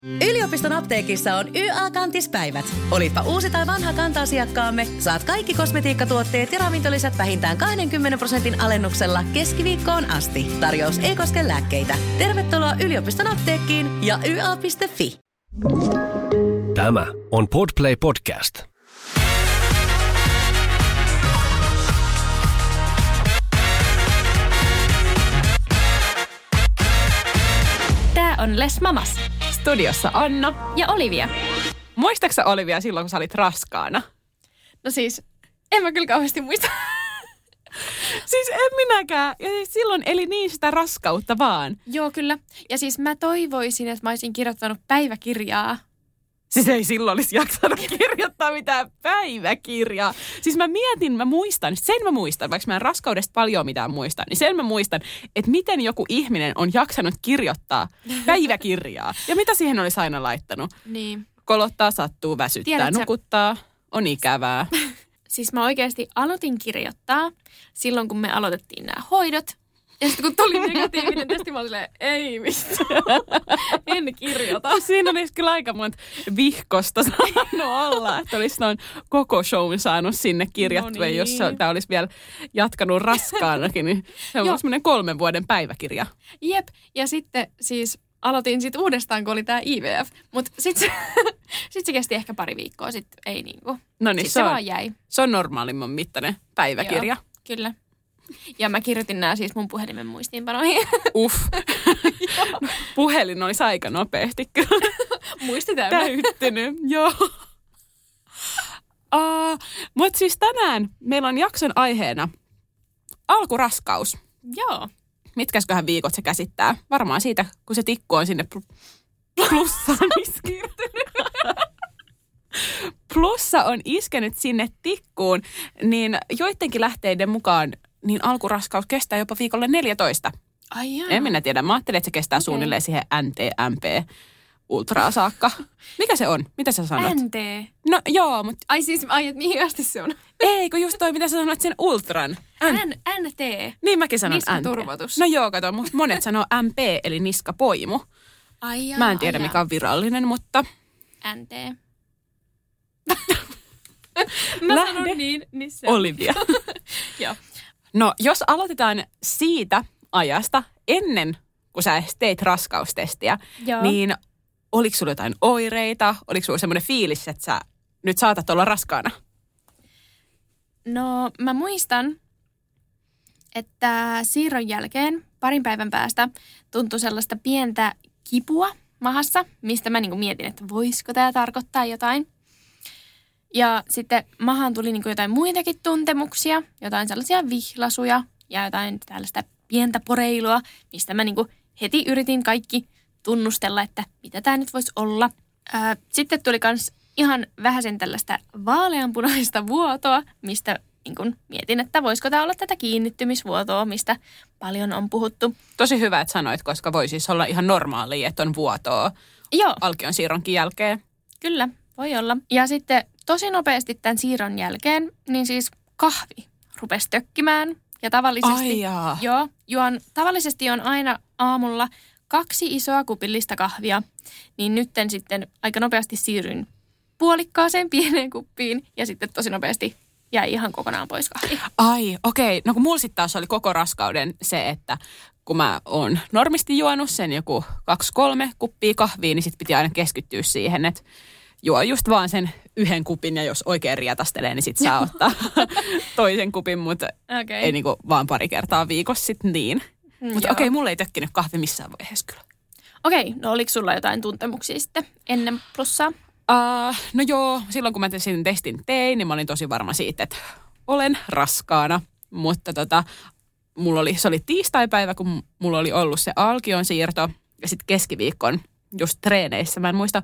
Yliopiston apteekissa on YA-kantispäivät. Olipa uusi tai vanha kanta-asiakkaamme, saat kaikki kosmetiikkatuotteet ja ravintolisät vähintään 20% alennuksella keskiviikkoon asti. Tarjous ei koske lääkkeitä. Tervetuloa yliopiston apteekkiin ja YA.fi. Tämä on Podplay Podcast. Tää on Les Mamas. Studiossa Anna Ja Olivia. Muistatko sä, Olivia, silloin kun sä olit raskaana? No siis, en mä kyllä kauheasti muista. Siis en minäkään. Ja siis silloin eli niin sitä raskautta vaan. Joo, kyllä. Ja siis mä toivoisin, että mä olisin kirjoittanut päiväkirjaa. Siis ei silloin olisi jaksanut kirjoittaa mitään päiväkirjaa. Siis mä muistan, vaikka mä en raskaudesta paljon mitään muista, niin sen mä muistan, että miten joku ihminen on jaksanut kirjoittaa päiväkirjaa. Ja mitä siihen olisi aina laittanut? Niin. Kolottaa, sattuu, väsyttää, Tiedätkö, nukuttaa, on ikävää. Siis mä oikeasti aloitin kirjoittaa silloin, kun me aloitettiin nämä hoidot. Ja sitten kun tuli negatiivinen testi, mä olin silleen, ei mistään, en kirjoita. Siinä olisi kyllä aika monta vihkosta saanut olla, että olisi noin koko shown saanut sinne kirjattua, no niin. Jos tämä olisi vielä jatkanut raskaanakin, niin se on semmoinen 3 vuoden päiväkirja. Jep, ja sitten siis aloitin sitten uudestaan, kun oli tämä IVF, mutta sitten se kesti ehkä pari viikkoa, sitten ei niinku. No niin, se vaan jäi. Se on normaalimman mittainen päiväkirja. Joo, kyllä. Ja mä kirjoitin nämä siis mun puhelimen muistiinpanoihin. Puhelin olisi aika nopeasti kyllä. Täyttynyt, joo. Mutta siis tänään meillä on jakson aiheena alkuraskaus. Joo. Mitkäsköhän viikot se käsittää? Varmaan siitä, kun se tikku on sinne plussaan iskiytynyt. Plussa on iskenyt sinne tikkuun, niin joidenkin lähteiden mukaan niin alkuraskaus kestää jopa viikolle 14. Ai jaa. En minä tiedä. Mä ajattelin, että se kestää suunnilleen siihen NT-MP-ultraa saakka. Mikä se on? Mitä sä sanot? NT. No joo, mutta... Ai siis, että mihin asti se on? Eikö just toi, mitä sä sanoit sen ultran? NT. Niin mäkin sanon NT. Niskaturvotus. No joo, kato, monet sanoo MP eli niskapoimu. Ai jaa, mä en tiedä, mikä on virallinen, mutta... NT. Mä sanon niin se on. Olivia. Joo. No, jos aloitetaan siitä ajasta ennen kuin sä teit raskaustestiä, niin oliko sulla jotain oireita? Oliko sulla semmoinen fiilis, että sä nyt saatat olla raskaana? No, mä muistan, että siirron jälkeen 2 päivän päästä tuntui sellaista pientä kipua mahassa, mistä mä niinku mietin, että voisiko tämä tarkoittaa jotain. Ja sitten mahaan tuli niinku jotain muitakin tuntemuksia, jotain sellaisia vihlasuja ja jotain tällaista pientä poreilua, mistä mä niinku heti yritin kaikki tunnustella, että mitä tämä nyt voisi olla. Sitten tuli kans ihan vähäsen tällaista vaaleanpunaista vuotoa, mistä niinku mietin, että voisiko tämä olla tätä kiinnittymisvuotoa, mistä paljon on puhuttu. Tosi hyvä, että sanoit, koska voi siis olla ihan normaalia, että on vuotoa alkion siirronkin jälkeen. Kyllä, voi olla. Ja sitten tosi nopeasti tämän siirron jälkeen, niin siis kahvi rupesi tökkimään. Ja tavallisesti, tavallisesti on aina aamulla 2 isoa kupillista kahvia. Niin nytten sitten aika nopeasti siirryin puolikkaaseen pieneen kuppiin ja sitten tosi nopeasti jäi ihan kokonaan pois kahvi. Ai, okei. No kun mulla sitten taas oli koko raskauden se, että kun mä oon normisti juonut sen joku 2-3 kuppia kahvia, niin sit piti aina keskittyä siihen, että juo just vaan sen 1 kupin ja jos oikein rietastelee, niin sit saa ottaa toisen kupin, mutta ei niinku vaan 2 kertaa viikossa sit niin. Mutta okei, mulla ei tökkinyt kahvi missään vaiheessa kyllä. Okei, no oliko sulla jotain tuntemuksia sitten ennen plussaa? No joo, silloin kun mä sen testin tein, niin mä olin tosi varma siitä, että olen raskaana. Mutta se oli tiistaipäivä, kun mulla oli ollut se alkion siirto ja sitten keskiviikkon just treeneissä. Mä en muista,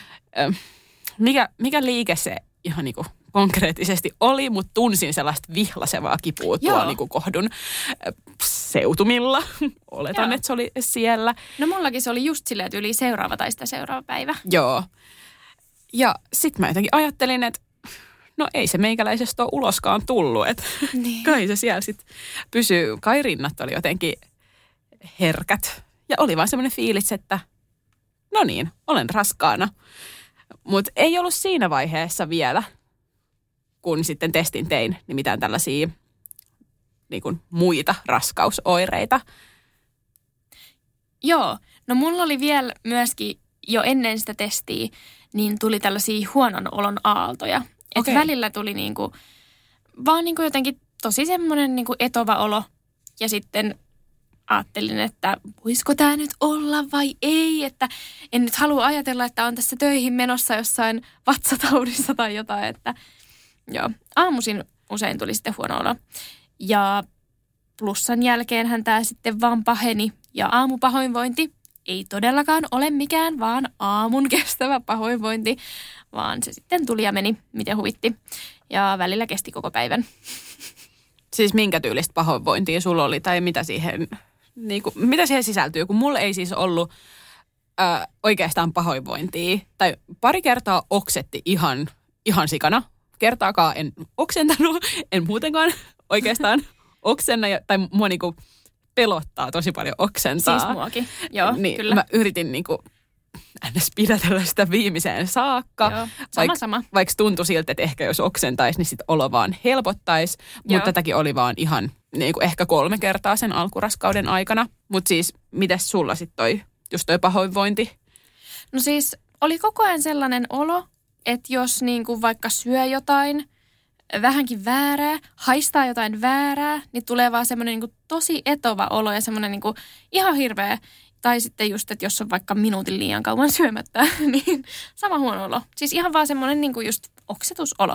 mikä liike se ihan niinku konkreettisesti oli, mutta tunsin sellaista vihlasevaa kipua tuolla niinku kohdun seutumilla. Oletan, että se oli siellä. No mullakin se oli just silleen, että yli seuraava tai sitä seuraava päivä. Joo. Ja sitten mä jotenkin ajattelin, että no ei se meikäläisestä ole uloskaan tullut, että niin. Kai se siellä sitten pysyy. Kai rinnat oli jotenkin herkät. Ja oli vaan semmoinen fiilis, että no niin, olen raskaana. Mutta ei ollut siinä vaiheessa vielä, kun sitten testin tein, niin mitään tällaisia niin kuin muita raskausoireita. Joo, no mulla oli vielä myöskin jo ennen sitä testiä, niin tuli tällaisia huonon olon aaltoja. Että välillä tuli niinku, vaan niinku jotenkin tosi semmoinen niinku etova olo. Ja sitten ajattelin, että voisiko tämä nyt olla vai ei. Että en nyt halua ajatella, että on tässä töihin menossa jossain vatsataudissa tai jotain. Että joo, aamuisin usein tuli sitten huono olo. Ja plussan jälkeenhän tämä sitten vaan paheni. Ja aamupahoinvointi ei todellakaan ole mikään vaan aamun kestävä pahoinvointi, vaan se sitten tuli ja meni, miten huvitti. Ja välillä kesti koko päivän. Siis minkä tyylistä pahoinvointia sulla oli tai mitä siihen, niin kuin, mitä siihen sisältyy? Kun mulla ei siis ollut oikeastaan pahoinvointia. Tai pari kertaa oksetti ihan sikana. Kertaakaan en oksentanut, en muutenkaan oikeastaan oksenna. Tai mua niinku pelottaa tosi paljon oksentaa. Siis muakin, joo, niin, kyllä. Mä yritin niinku ns. Pidätellä sitä viimeiseen saakka. Joo, sama. Vaikka tuntui siltä, että ehkä jos oksentaisi, niin sit olo vaan helpottaisi. Mutta tätäkin oli vaan ihan niinku ehkä 3 kertaa sen alkuraskauden aikana. Mutta siis, mites sulla sit toi pahoinvointi? No siis oli koko ajan sellainen olo, että jos niinku vaikka syö jotain vähänkin väärää, haistaa jotain väärää, niin tulee vaan semmoinen niinku tosi etova olo ja semmoinen niinku ihan hirveä. Tai sitten just, että jos on vaikka minuutin liian kauan syömättä, niin sama huono olo. Siis ihan vaan semmoinen niinku just oksetusolo.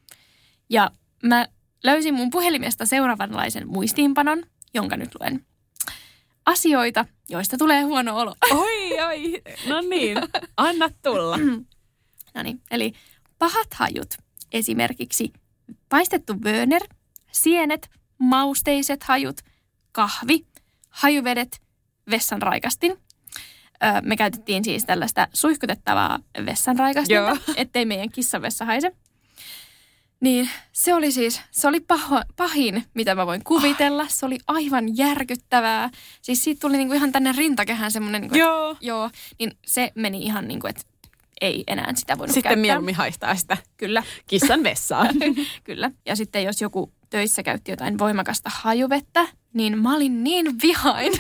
Ja mä löysin mun puhelimesta seuraavanlaisen muistiinpanon, jonka nyt luen. Asioita, joista tulee huono olo. Oi, no niin, anna tulla. No niin, eli pahat hajut, esimerkiksi paistettu bönner, sienet, mausteiset hajut, kahvi, hajuvedet, vessanraikastin. Me käytettiin siis tällaista suihkutettavaa vessanraikastinta, ettei meidän kissanvessa haise. Niin se oli pahin, mitä mä voin kuvitella. Se oli aivan järkyttävää. Siis siitä tuli niinku ihan tänne rintakehään semmoinen, niinku, joo, niin se meni ihan niin kuin, että ei enää sitä voinut sitten käyttää. mieluummin haistaa sitä Kyllä. kissan vessaan. Kyllä. Ja sitten jos joku töissä käytti jotain voimakasta hajuvettä, niin mä olin niin vihain.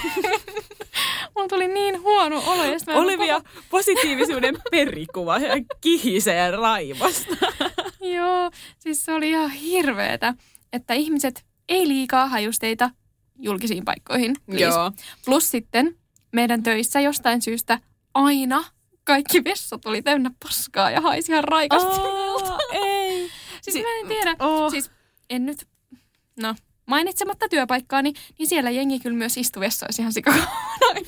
Mulla tuli niin huono olo. Olivia positiivisuuden perikuva ja kihisee raivosta. Joo, siis se oli ihan hirveetä, että ihmiset ei liikaa hajusteita julkisiin paikkoihin. Joo. Plus sitten meidän töissä jostain syystä aina kaikki vessat oli täynnä paskaa ja haisi ihan raikastuneelta. Ei. Siis mä en tiedä. Siis en nyt, mainitsematta työpaikkaani, niin siellä jengi kyllä myös istui vessoissa ihan sikakauan.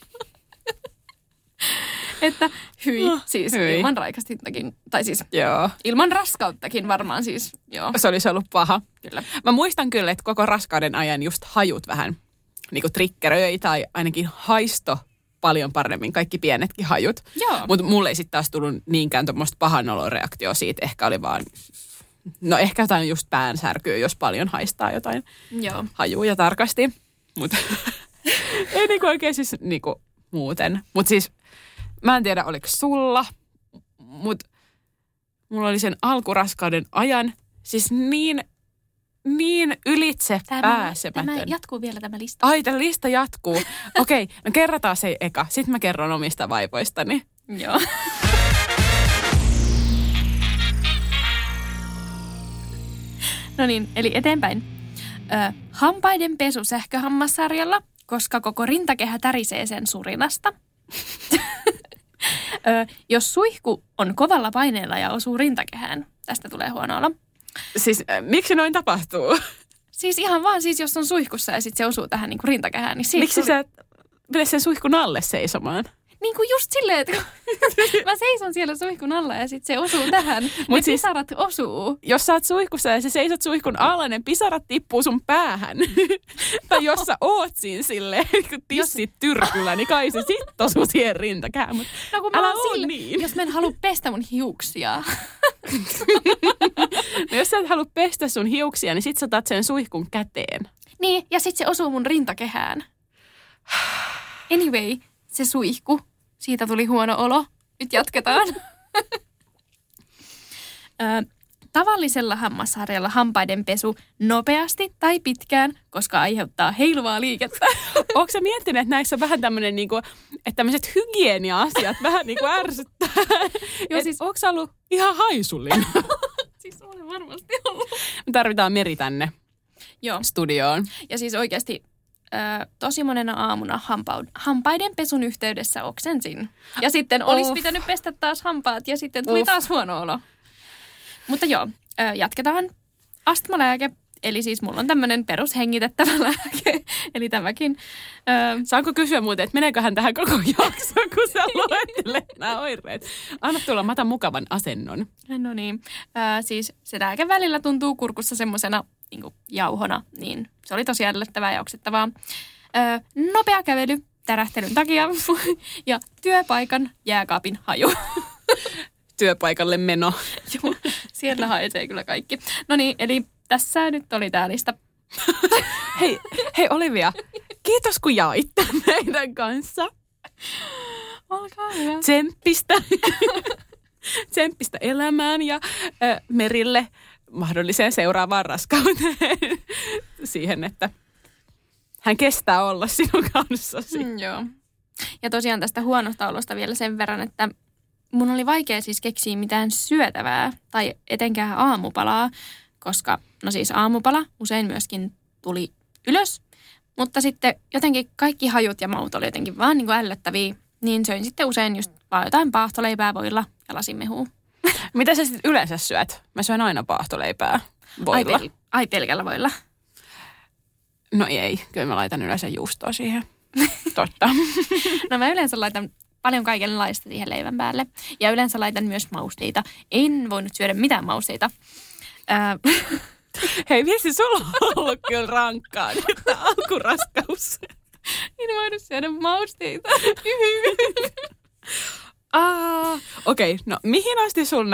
Että hyi, ilman raikastintakin, tai siis ilman raskauttakin varmaan siis, Se olisi ollut paha. Kyllä. Mä muistan kyllä, että koko raskauden ajan just hajut vähän niin kuin triggeröi tai ainakin haisto paljon paremmin, kaikki pienetkin hajut. Mutta mulle ei sitten taas tullut niinkään tuommoista pahanoloreaktioa siitä. Ehkä oli vaan, ehkä jotain just päänsärkyä, jos paljon haistaa jotain hajuja tarkasti. Mutta ei niinku oikein siis niinku muuten. Mutta siis mä en tiedä, oliko sulla, mutta mulla oli sen alkuraskauden ajan siis niin ylitse pääsemätön. Tämä jatkuu vielä tämä lista. Ai, tämä lista jatkuu. Okei, no kerrataan se eka. Sitten mä kerron omista vaivoistani. Joo. No niin, eli eteenpäin. Hampaiden pesu sähköhammassarjalla, koska koko rintakehä tärisee sen surinasta. Jos suihku on kovalla paineella ja osuu rintakehään, tästä tulee huono olo. Siis miksi noin tapahtuu? Siis ihan vaan jos on suihkussa ja sitten se osuu tähän niinku rintakehään. Niin miksi sä mene sen suihkun alle seisomaan? Niin kuin just silleen, että mä seison siellä suihkun alla ja sitten se osuu tähän. Mut siis, pisarat osuu. Jos sä oot suihkussa ja sä seisot suihkun alla, ne pisarat tippuu sun päähän. Tai jos sä oot siinä silleen, kun tissit tyrkyllä, niin kai se sit osuu siihen rintakään. Mut no kun älä oo niin. Jos mä en halua pestä mun hiuksia. No jos sä et halua pestä sun hiuksia, niin sit sä otat sen suihkun käteen. Niin, ja sit se osuu mun rintakehään. Anyway, se suihku. Siitä tuli huono olo. Nyt jatketaan. Tavallisella hammasharjalla hampaiden pesu nopeasti tai pitkään, koska aiheuttaa heiluvaa liikettä. Onko sä miettinyt, että näissä on vähän tämmöinen, niinku, että tämmöiset hygienia-asiat vähän niinku ärsyttää? Joo, siis onko sä ollut ihan haisullinen? Siis olen varmasti ollut. Me tarvitaan Meri tänne studioon. Ja siis oikeasti tosi monena aamuna hampaiden pesun yhteydessä oksensin. Ja sitten olisi pitänyt pestä taas hampaat ja sitten tuli taas huono olo. Mutta joo, jatketaan. Astmalääke, eli siis mulla on tämmöinen perushengitettävä lääke, eli tämäkin. Saanko kysyä muuten, että meneeköhän tähän koko jakso, kun sä luettelet nämä oireet? Anna tulla, mä otan mukavan asennon. No niin, siis se lääke välillä tuntuu kurkussa semmosena niin kuin jauhona, niin se oli tosi ällöttävää ja oksettavaa. Nopea kävely tärähtelyn takia ja työpaikan jääkaapin haju. Työpaikalle meno. Joo, siellä haisee kyllä kaikki. No niin, eli tässä nyt oli tää lista. Hei Olivia, kiitos kun jaoit meidän kanssa. Olkaa hyvä. Tsemppistä elämään ja Merille mahdolliseen seuraavaan raskauteen. Siihen, että hän kestää olla sinun kanssasi. Joo. Ja tosiaan tästä huonosta olosta vielä sen verran, että mun oli vaikea siis keksiä mitään syötävää tai etenkään aamupalaa, koska no siis aamupala usein myöskin tuli ylös, mutta sitten jotenkin kaikki hajut ja maut oli jotenkin vaan niin kuin ällöttäviä, niin söin sitten usein just vaan jotain paahtoleipää voilla ja lasimehua. Mitä sä sitten yleensä syöt? Mä syön aina paahtoleipää voilla. Ai pelkällä voilla? No ei, kyllä mä laitan yleensä juustoa siihen. Totta. No mä yleensä laitan paljon kaikenlaista siihen leivän päälle. Ja yleensä laitan myös mausteita. En voinut syödä mitään mausteita. Hei, viesti, sulla on ollut kyllä rankkaa nyt alkuraskaus. En voinut syödä mausteita. Okei, no mihin asti sun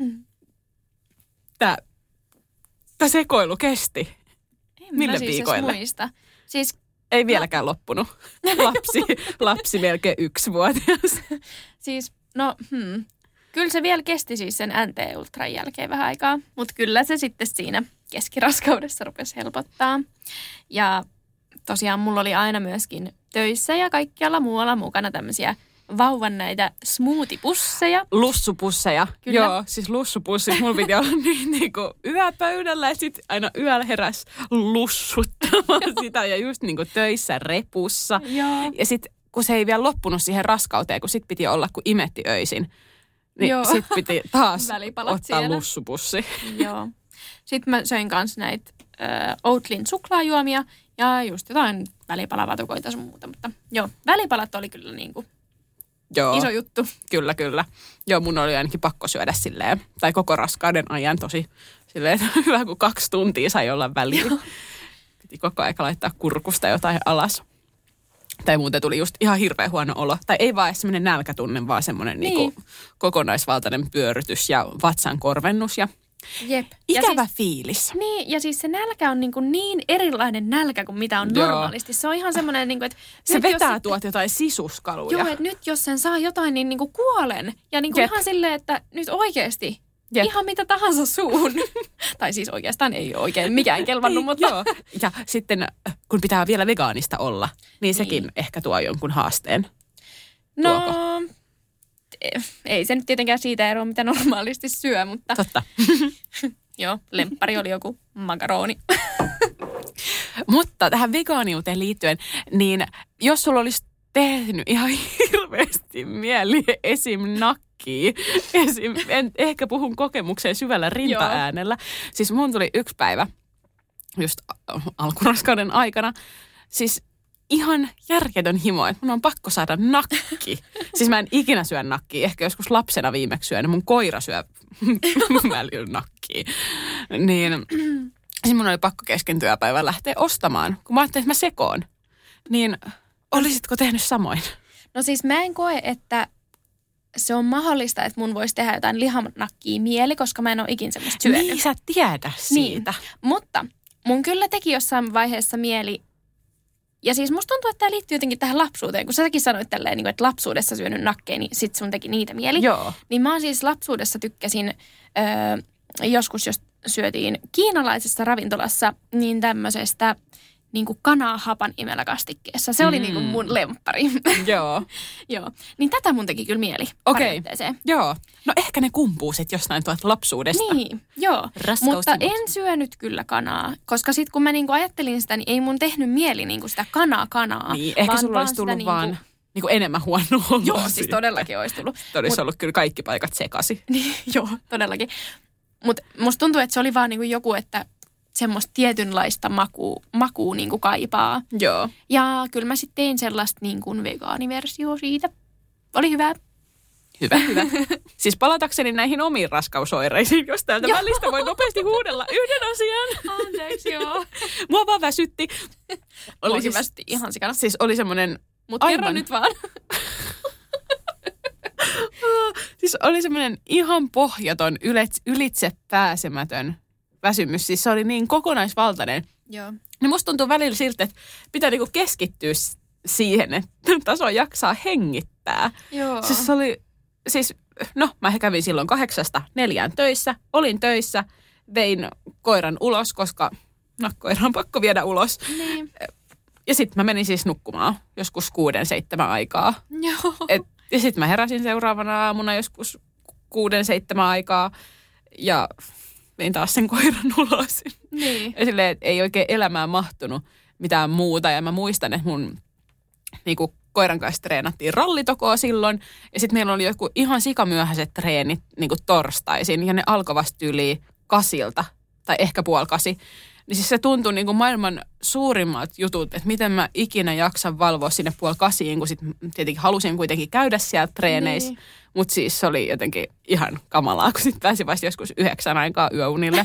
tää sekoilu kesti? Mille siis viikoille? Muista. Siis ei vieläkään loppunut. Lapsi melkein 1-vuotias. Siis, kyllä se vielä kesti siis sen NT-ultran jälkeen vähän aikaa, mutta kyllä se sitten siinä keskiraskaudessa rupesi helpottaa. Ja tosiaan mulla oli aina myöskin töissä ja kaikkialla muualla mukana tämmöisiä vauvan näitä smoothie-pusseja. Lussupusseja. Kyllä. Joo, siis lussupussit. Mulla piti olla niinku yöpöydällä ja sitten aina yöllä heräs lussuttamaan sitä ja just niinku töissä repussa. Joo. Ja sitten kun se ei vielä loppunut siihen raskauteen, kun sit piti olla, kun imetti öisin, niin sit piti taas ottaa siellä lussupussi. Joo. Sitten mä söin kanssa näitä Oatlyn suklaajuomia ja just jotain välipalavatukoita sun muuta. Mutta joo, välipalat oli kyllä niinku iso juttu. Kyllä. Joo, mun oli ainakin pakko syödä silleen, tai koko raskauden ajan tosi silleen, että hyvä kun 2 tuntia sai olla väliin. Piti koko aika laittaa kurkusta jotain alas. Tai muuten tuli just ihan hirveän huono olo. Tai ei vaan semmoinen nälkätunne, vaan semmoinen niinku kokonaisvaltainen pyörrytys ja vatsan korvennus ja jep. Ikävä siis, fiilis. Niin, ja siis se nälkä on niin erilainen nälkä kuin mitä on normaalisti. Se on ihan semmoinen, että se vetää tuot jotain sisuskaluja. Joo, että nyt jos sen saa jotain, niin kuolen. Ja ihan silleen, että nyt oikeasti ihan mitä tahansa suun. Tai siis oikeastaan ei ole oikein mikään kelvannut, mutta joo. Ja sitten kun pitää vielä vegaanista olla, niin sekin ehkä tuo jonkun haasteen. No, ei se nyt tietenkään siitä eroa, mitä normaalisti syö, mutta totta. Joo, lemppari oli joku makaroni. Mutta tähän vegaaniuteen liittyen, niin jos sulla olisi tehnyt ihan hirveästi mieli esim. Nakkiin, ehkä puhun kokemukseen syvällä rintaäänellä. Siis mun tuli 1 päivä just alkuraskauden aikana, siis ihan järjetön himo, että mun on pakko saada nakki. Siis mä en ikinä syö nakkia. Ehkä joskus lapsena viimeksi syön. Mun koira syö nakkia. Niin siis mun oli pakko kesken työpäivän lähteä ostamaan. Kun mä ajattelin, että mä sekoon. Niin olisitko tehnyt samoin? No siis mä en koe, että se on mahdollista, että mun voisi tehdä jotain lihanakkia mieli, koska mä en ole ikin semmoista syönyt. Niin sä tiedä siitä. Niin. Mutta mun kyllä teki jossain vaiheessa mieli Ja siis musta tuntuu, että tämä liittyy jotenkin tähän lapsuuteen, kun säkin sanoit tälleen, niin kuin, että lapsuudessa syönyt nakkeja, niin sit sun teki niitä mieli. Joo. Niin mä oon siis lapsuudessa tykkäsin, joskus jos syötiin kiinalaisessa ravintolassa, niin tämmöisestä niin kuin kanaahapan imeläkastikkeessa. Se oli niin kuin mun lemppari. Joo. Joo. Niin tätä mun teki kyllä mieli. Okei. Joo. No ehkä ne kumpuu sit jostain tuolta lapsuudesta. Niin, joo. Mutta en syönyt kyllä kanaa, koska sit kun mä niinku ajattelin sitä, niin ei mun tehnyt mieli niinku sitä kanaa. Niin, ehkä sulla olisi tullut vaan niinku enemmän huonoa oloa. Joo, siis todellakin olisi tullut. Olisi ollut kyllä kaikki paikat sekaisin. Niin, joo, todellakin. Mutta musta tuntuu, että se oli vaan niinku joku, että semmoista tietynlaista makua niinku kaipaa. Joo. Ja kyllä mä sitten tein sellaista niinku vegaaniversiota siitä. Oli hyvä. Hyvä. Siis palatakseni näihin omiin raskausoireisiin, jos täältä välistä voi nopeasti huudella yhden asian. Anteeksi, joo. Mua vaan väsytti. Oli väsytti ihan sikana. Siis oli semmoinen Mut kerro nyt vaan. Siis oli semmoinen ihan pohjaton, ylitse pääsemätön väsymys. Siis se oli niin kokonaisvaltainen. Joo. Niin musta tuntuu välillä siltä, että pitää niinku keskittyä siihen, että taso jaksaa hengittää. Joo. Siis se oli, mä kävin silloin 8:00 4:00 töissä, olin töissä, vein koiran ulos, koska koira on pakko viedä ulos. Niin. Ja sitten mä menin siis nukkumaan joskus 6-7 aikaa. Joo. Ja sitten mä heräsin seuraavana aamuna joskus 6-7 aikaa ja vein taas sen koiran ulos. Niin. Ja silleen, että ei oikein elämään mahtunut mitään muuta. Ja mä muistan, että mun niinku, koiran kanssa treenattiin rallitokoa silloin. Ja sitten meillä oli joku ihan sikamyöhäiset treenit niinku torstaisin. Ja ne alkoi vasta yli 8:00 tai ehkä 7:30. Niin siis se tuntui niin kuin maailman suurimmat jutut, että miten mä ikinä jaksan valvoa sinne 7:30, kun sitten tietenkin halusin kuitenkin käydä siellä treeneissä. Niin. Mutta siis se oli jotenkin ihan kamalaa, kun sitten pääsi vasta joskus 9 aikaa yöunille.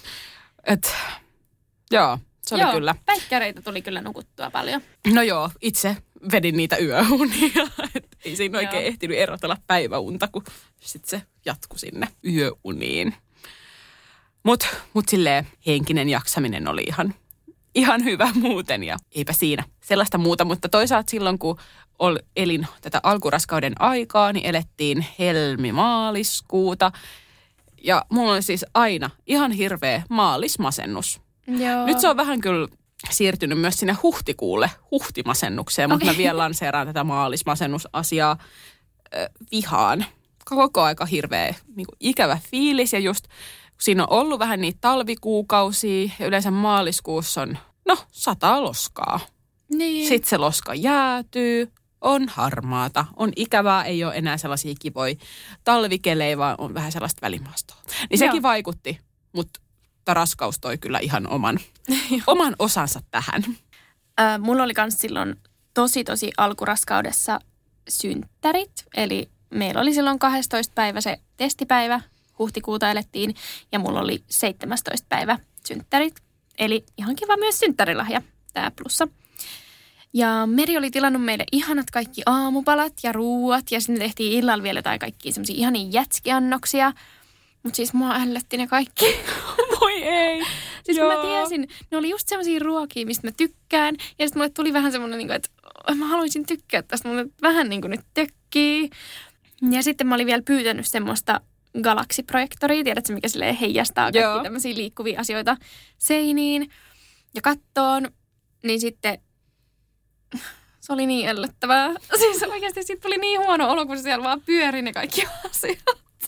Joo, se oli kyllä. Päikkäreitä tuli kyllä nukuttua paljon. No joo, itse vedin niitä yöunia. Ei siinä oikein ehtinyt erotella päiväunta, kun sitten se jatkui sinne yöuniin. Mut silleen henkinen jaksaminen oli ihan hyvä muuten ja eipä siinä sellaista muuta. Mutta toisaalta silloin, kun elin tätä alkuraskauden aikaa, niin elettiin helmi-maaliskuuta. Ja mulla oli siis aina ihan hirveä maalismasennus. Joo. Nyt se on vähän kyllä siirtynyt myös sinne huhtikuulle, huhtimasennukseen, mutta mä vielä lanseeraan tätä maalismasennusasiaa vihaan. Koko aika hirveä niin kuin ikävä fiilis ja just siinä on ollut vähän niitä talvikuukausia ja yleensä maaliskuussa on, sataa loskaa. Niin. Sitten se loska jäätyy, on harmaata, on ikävää, ei ole enää sellaisia kivoja talvikelejä, vaan on vähän sellaista välimaastoa. Niin sekin vaikutti, mutta raskaus toi kyllä ihan oman osansa tähän. Mulla oli myös silloin tosi alkuraskaudessa synttärit, eli meillä oli silloin 12. päivä se testipäivä. Huhtikuuta elettiin ja mulla oli 17. päivä synttärit. Eli ihan kiva myös synttärilahja, tää plussa. Ja Meri oli tilannut meille ihanat kaikki aamupalat ja ruuat ja sitten tehtiin illalla vielä jotain kaikkia semmosia ihania jätskiannoksia. Mutta siis mua ällötti ne kaikki. Voi ei. Siis mä tiesin, ne oli just semmosia ruokia, mistä mä tykkään. Ja sitten mulle tuli vähän semmoinen, että mä haluaisin tykkää tästä, mulle vähän niin kuin nyt tökkii. Ja sitten mä olin vielä pyytänyt semmoista galaksiprojektoria, tiedätkö mikä silleen heijastaa kaikki tämmöisiä liikkuvia asioita seiniin ja kattoon, niin sitten se oli niin ällöttävää. Siis oikeasti siitä tuli niin huono olo, kun siellä vaan pyöri ne kaikki asiat.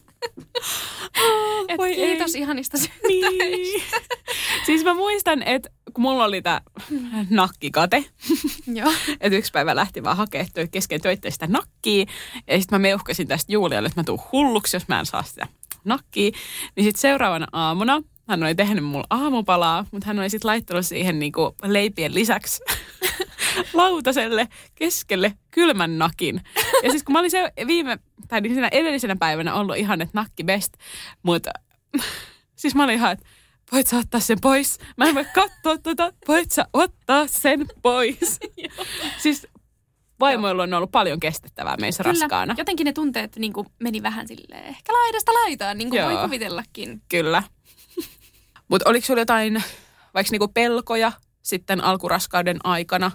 Kiitos ihanista synttäreistä. Niin. Siis mä muistan, että kun mulla oli tää nakkikate, että yksi päivä lähti vaan hakemaan kesken töitä sitä nakkia, ja sitten mä meuhkasin tästä Julialle, että mä tuun hulluksi, jos mä en saa sitä nakkia. Niin sitten seuraavana aamuna hän oli tehnyt mulle aamupalaa, mutta hän oli sitten laittanut siihen niinku leipien lisäksi lautaselle keskelle kylmän nakin. Ja siis kun mä olin siinä edellisenä päivänä ollut ihan, että nakki best, mutta siis mä olin ihan, että voit sä ottaa sen pois? Mä en voi katsoa voit sä ottaa sen pois? Siis vaimoilla on ollut paljon kestettävää meissä raskaana. Jotenkin ne tunteet niin kuin meni vähän silleen ehkä laidasta laitaan, niin kuin voi kuvitellakin. Kyllä. Mutta oliko sulla jotain vaikka niinku pelkoja sitten alkuraskauden aikana?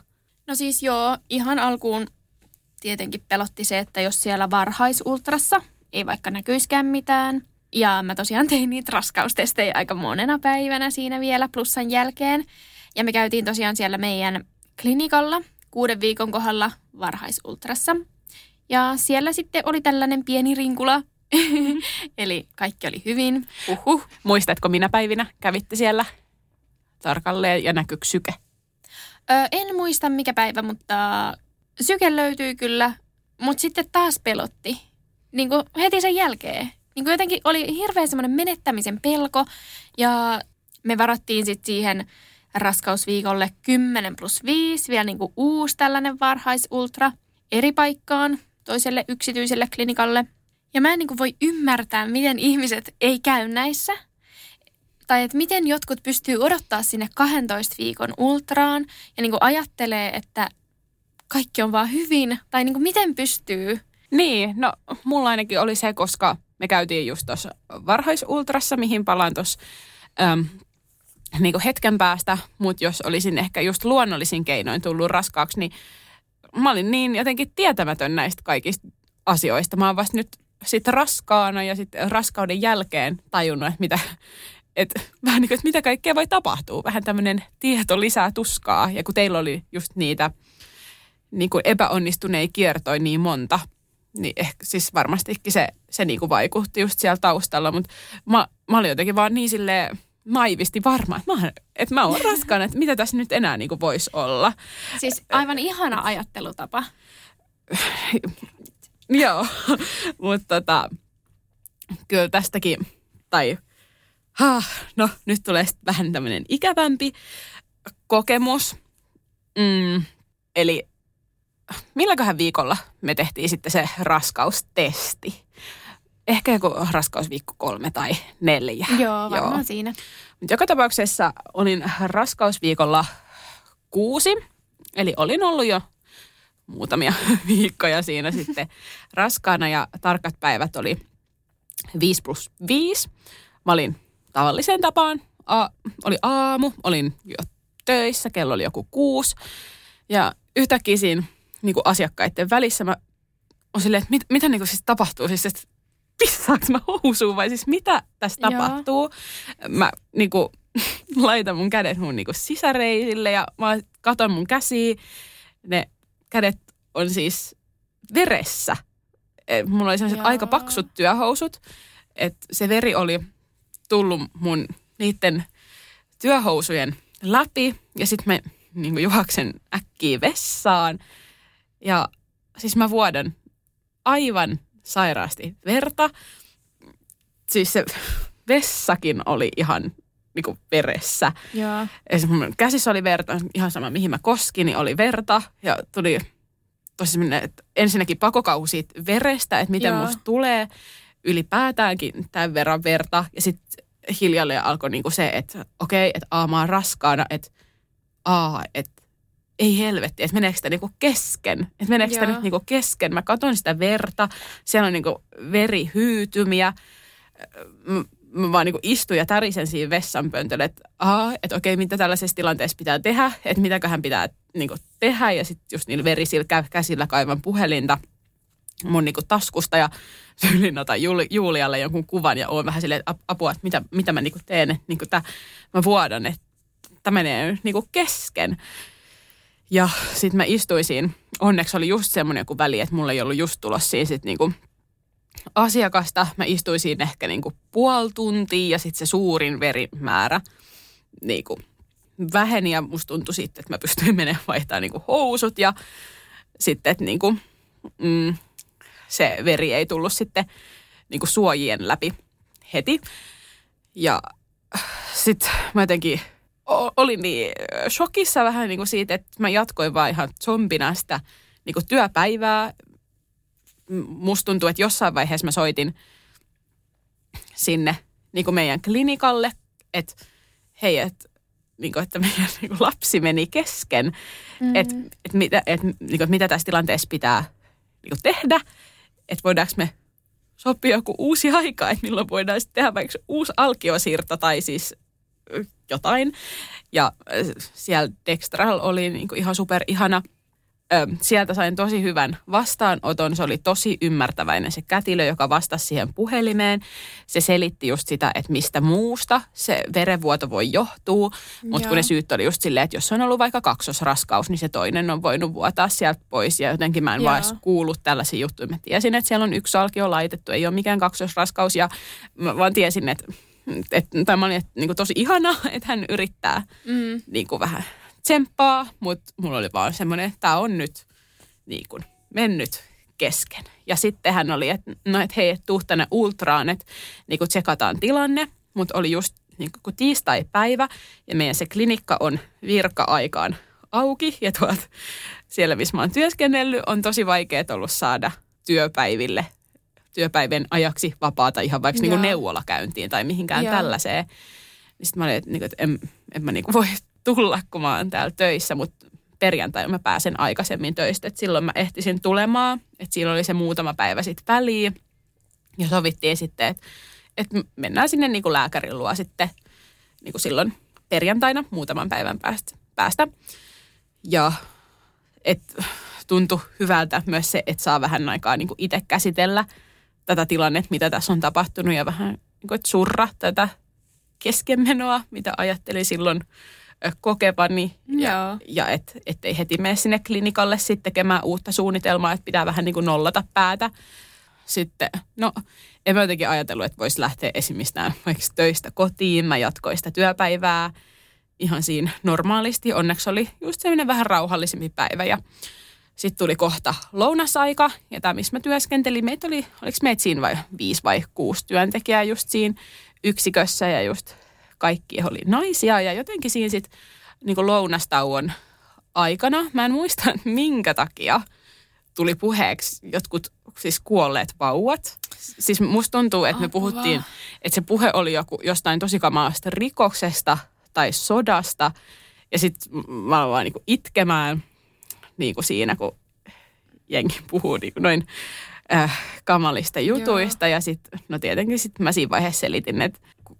No siis joo, ihan alkuun tietenkin pelotti se, että jos siellä varhaisultrassa ei vaikka näkyiskään mitään. Ja mä tosiaan tein niitä raskaustestejä aika monena päivänä siinä vielä plussan jälkeen. Ja me käytiin tosiaan siellä meidän klinikalla 6 viikon kohdalla varhaisultrassa. Ja siellä sitten oli tällainen pieni rinkula. Eli kaikki oli hyvin. Muistatko minä päivinä kävitte siellä tarkalleen ja näkyykö syke? En muista mikä päivä, mutta syke löytyi kyllä. Mutta sitten taas pelotti. Niin kuin heti sen jälkeen. Niin kuin jotenkin oli hirveän semmoinen menettämisen pelko. Ja me varattiin sitten siihen raskausviikolle 10+5, vielä niin kuin uusi tällainen varhaisultra eri paikkaan, toiselle yksityiselle klinikalle. Ja mä en niin kuin voi ymmärtää, miten ihmiset ei käy näissä. Tai että miten jotkut pystyy odottaa sinne 12 viikon ultraan ja niin kuin ajattelee, että kaikki on vaan hyvin. Tai niin kuin miten pystyy? Niin, no mulla ainakin oli se, koska me käytiin just tuossa varhaisultrassa, mihin palaan tuossa niin hetken päästä. Mutta jos olisin ehkä just luonnollisin keinoin tullut raskaaksi, niin mä olin niin jotenkin tietämätön näistä kaikista asioista. Mä oon vasta nyt sitten raskaana ja sitten raskauden jälkeen tajunnut, että vähän niin kuin, että mitä kaikkea voi tapahtua. Vähän tämmöinen tieto lisää tuskaa. Ja kun teillä oli just niitä niin kuin epäonnistuneita kiertoja niin monta, niin ehkä siis varmastikin se niin kuin vaikutti just siellä taustalla. Mutta mä olin jotenkin vaan niin silleen naivisti varma, että mä oon raskaana, että mitä tässä nyt enää niin kuin voisi olla. Siis aivan ihana ajattelutapa. Joo, mutta kyllä tästäkin, no nyt tulee sitten vähän tämmöinen ikävämpi kokemus. Eli milläköhän viikolla me tehtiin sitten se raskaustesti? Ehkä joku raskausviikko 3 tai 4. Joo, varmaan siinä. Mutta joka tapauksessa olin raskausviikolla 6, eli olin ollut jo muutamia viikkoja siinä sitten raskaana ja tarkat päivät oli 5+5. Mä olin tavalliseen tapaan, oli aamu, olin jo töissä, kello oli joku 6 ja yhtäkkiä siinä niin kuin asiakkaiden välissä mä olin silleen, että mitä niin kuin siis tapahtuu, siis että pissaanko mä housuun vai siis mitä tässä tapahtuu. Mä niin kuin laitan mun kädet mun niin kuin sisäreisille ja mä katon mun käsiä, ne kädet on siis veressä. Mulla oli sellaiset aika paksut työhousut, että se veri oli tullut mun niiden työhousujen läpi ja sitten mä niin juoksen äkkiä vessaan ja siis mä vuodan aivan sairaasti verta. Siis se vessakin oli ihan niin kuin veressä. Joo. Mun käsissä oli verta, ihan sama mihin mä koskin, niin oli verta ja tuli tosi semmoinen, että ensinnäkin pakokauhu siitä verestä, että miten musta tulee ylipäätäänkin tämän verran verta. Ja sitten hiljalleen alkoi niinku se, että okei, että mä oon raskaana, että ei helvetti, että meneekö sitä niinku kesken. Että meneekö sitä nyt niinku kesken. Mä katson sitä verta, siellä on niinku verihyytymiä. Mä vaan niinku istuin ja tärisen siinä vessanpöntölle, että okei, mitä tällaisessa tilanteessa pitää tehdä, että mitäköhän pitää niinku tehdä. Ja sitten just niillä verisillä käsillä kaivan puhelinta mun niinku taskusta ja tyylin otan Julialle jonkun kuvan ja oon vähän silleen, että apua, että mitä mä niinku teen, että niinku mä vuodan, että tämä menee niinku kesken. Ja sitten mä istuisin, onneksi oli just semmoinen joku väli, että mulla ei ollut just tulossa siinä sitten niinku asiakasta. Mä istuisin ehkä niinku puoli tuntia ja sitten se suurin verimäärä niinku väheni ja musta tuntui sitten, että mä pystyin menemään vaihtamaan niinku housut ja sitten, että niinku, se veri ei tullut sitten niinku suojien läpi heti. Ja sitten mä jotenkin olin niin shokissa vähän niinku siitä, että mä jatkoin vaan ihan zombina sitä niinku työpäivää. Musta tuntuu, että jossain vaiheessa mä soitin sinne niinku meidän klinikalle, että hei, että meidän niinku lapsi meni kesken, että mitä tässä tilanteessa pitää niinku tehdä, että voidaanko me sopia joku uusi aika, että milloin voidaan sitten tehdä vaikka uusi alkiosiirto tai siis jotain. Ja siellä Dextralla oli niinku ihan super ihana sieltä sain tosi hyvän vastaanoton. Se oli tosi ymmärtäväinen se kätilö, joka vastasi siihen puhelimeen. Se selitti just sitä, että mistä muusta se verenvuoto voi johtua. Mutta kun ne syyt oli just silleen, että jos on ollut vaikka kaksosraskaus, niin se toinen on voinut vuotaa sieltä pois. Ja jotenkin mä en vaan edes kuullut tällaisia juttuja. Mä tiesin, että siellä on yksi alkio laitettu, ei ole mikään kaksosraskaus. Ja mä vaan tiesin, että mä olin niin tosi ihanaa, että hän yrittää niin kuin vähän tsemppaa, mutta mulla oli vaan semmoinen, että tämä on nyt niin kuin mennyt kesken. Ja sitten hän oli, että hei, tuu tänne ultraan, että niin kuin tsekataan tilanne, mutta oli just niin kuin tiistai-päivä ja meidän se klinikka on virka-aikaan auki ja siellä, missä mä oon työskennellyt, on tosi vaikeaa ollut saada työpäivän ajaksi vapaata ihan vaikka niin kuin neuvolakäyntiin tai mihinkään tällaiseen. Niin sitten mä olin, että en mä niin kuin voi tulla, kun mä oon täällä töissä, mutta perjantaina mä pääsen aikaisemmin töistä, että silloin mä ehtisin tulemaan, että siinä oli se muutama päivä sitten väliin ja sovittiin sitten, että mennään sinne niin kuin lääkärin luo sitten niin kuin silloin perjantaina muutaman päivän päästä. Ja että tuntui hyvältä myös se, että saa vähän aikaa niin kuin itse käsitellä tätä tilannetta, mitä tässä on tapahtunut ja vähän niin kuin, että surra tätä keskenmenoa, mitä ajattelin silloin kokevani ja ettei heti mene sinne klinikalle sitten tekemään uutta suunnitelmaa, että pitää vähän niin kuin nollata päätä. Sitten, en mä jotenkin ajatellut, että voisi lähteä esimistään vaikka töistä kotiin. Mä jatkoin sitä työpäivää ihan siinä normaalisti. Onneksi oli just sellainen vähän rauhallisempi päivä ja sitten tuli kohta lounasaika ja tämä, missä mä työskentelin, oliko meitä siinä vai 5 vai 6 työntekijää just siinä yksikössä ja just kaikki oli naisia ja jotenkin siinä sitten niin lounastauon aikana, mä en muista minkä takia tuli puheeksi jotkut siis kuolleet vauvat. Siis musta tuntuu, että me puhuttiin, että se puhe oli jostain tosi kamalasta rikoksesta tai sodasta ja sitten mä aloin vaan niin itkemään niin kuin siinä, kun jengi puhuu niin kuin noin kamalista jutuista ja sitten, tietenkin sitten mä siinä vaiheessa selitin, että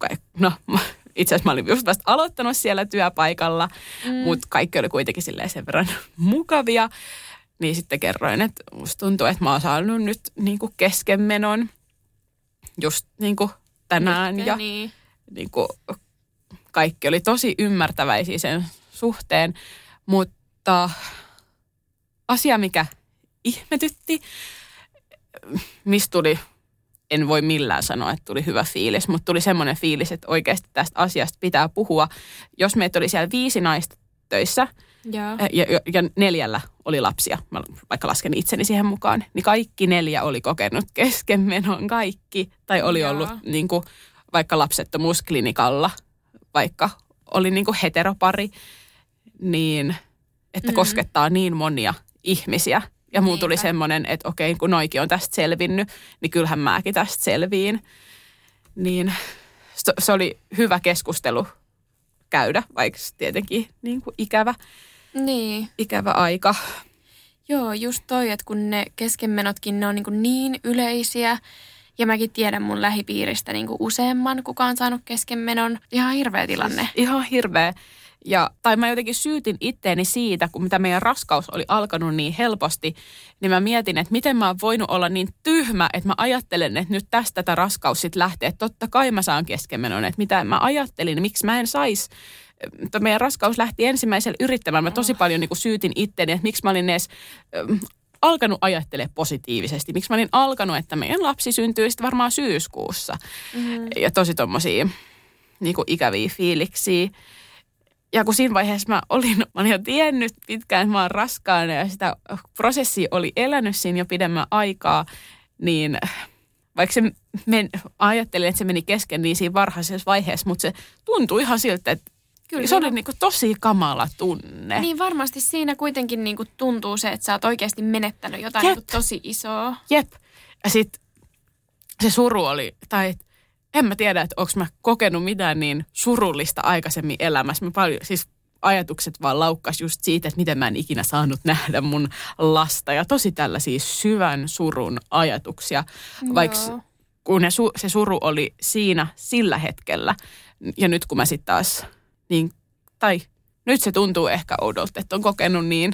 itse asiassa mä olin just vasta aloittanut siellä työpaikalla, mutta kaikki oli kuitenkin silleen sen verran mukavia. Niin sitten kerroin, että musta tuntuu, että mä oon saanut nyt niin kuin keskenmenon just niin kuin tänään. Nyt, ja niin kuin kaikki oli tosi ymmärtäväisiä sen suhteen, mutta asia, mikä ihmetytti, mistä tuli, en voi millään sanoa, että tuli hyvä fiilis, mutta tuli semmoinen fiilis, että oikeasti tästä asiasta pitää puhua. Jos meitä oli siellä 5 naista töissä ja 4 oli lapsia, mä vaikka lasken itseni siihen mukaan, niin kaikki 4 oli kokenut keskenmenon kaikki, tai oli ollut niin kuin, vaikka lapsettomuusklinikalla, vaikka oli niin kuin heteropari, niin että koskettaa niin monia ihmisiä. Ja mulla tuli semmoinen, että okei, kun noikin on tästä selvinnyt, niin kyllähän mäkin tästä selviin. Niin se oli hyvä keskustelu käydä, vaikka tietenkin niin kuin ikävä aika. Joo, just toi, että kun ne keskenmenotkin, ne on niin yleisiä. Ja mäkin tiedän mun lähipiiristä niin kuin useamman, kuka on saanut keskenmenon. Ihan hirveä tilanne. Ihan hirveä. Tai mä jotenkin syytin itteeni siitä, kun mitä meidän raskaus oli alkanut niin helposti, niin mä mietin, että miten mä oon voinut olla niin tyhmä, että mä ajattelen, että nyt tästä tämä raskaus sitten lähtee. Että totta kai mä saan keskenmenon, että mitä mä ajattelin, miksi mä en saisi. Meidän raskaus lähti ensimmäisellä yrittämään. Mä tosi paljon niin kuin syytin itteeni, että miksi mä olin edes alkanut ajattelemaan positiivisesti. Miksi mä olin alkanut, että meidän lapsi syntyy sitten varmaan syyskuussa. Ja tosi tommosia niin kuin ikäviä fiiliksiä. Ja kun siinä vaiheessa mä olin jo tiennyt pitkään, että mä oon raskaana ja sitä prosessia oli elänyt siinä jo pidemmän aikaa, niin vaikka ajattelin, että se meni kesken niin siinä varhaisessa vaiheessa, mutta se tuntui ihan siltä, että kyllä, se oli niinku tosi kamala tunne. Niin varmasti siinä kuitenkin niinku tuntuu se, että sä oot oikeasti menettänyt jotain niinku tosi isoa. Jep. Ja sitten se suru oli, tai en mä tiedä, että onko mä kokenut mitään niin surullista aikaisemmin elämässä. Mä paljon, siis ajatukset vaan laukkas just siitä, että miten mä en ikinä saanut nähdä mun lasta. Ja tosi tällaisia syvän surun ajatuksia, vaikka kun se suru oli siinä sillä hetkellä. Ja nyt kun mä sitten taas, nyt se tuntuu ehkä oudolta, että on kokenut niin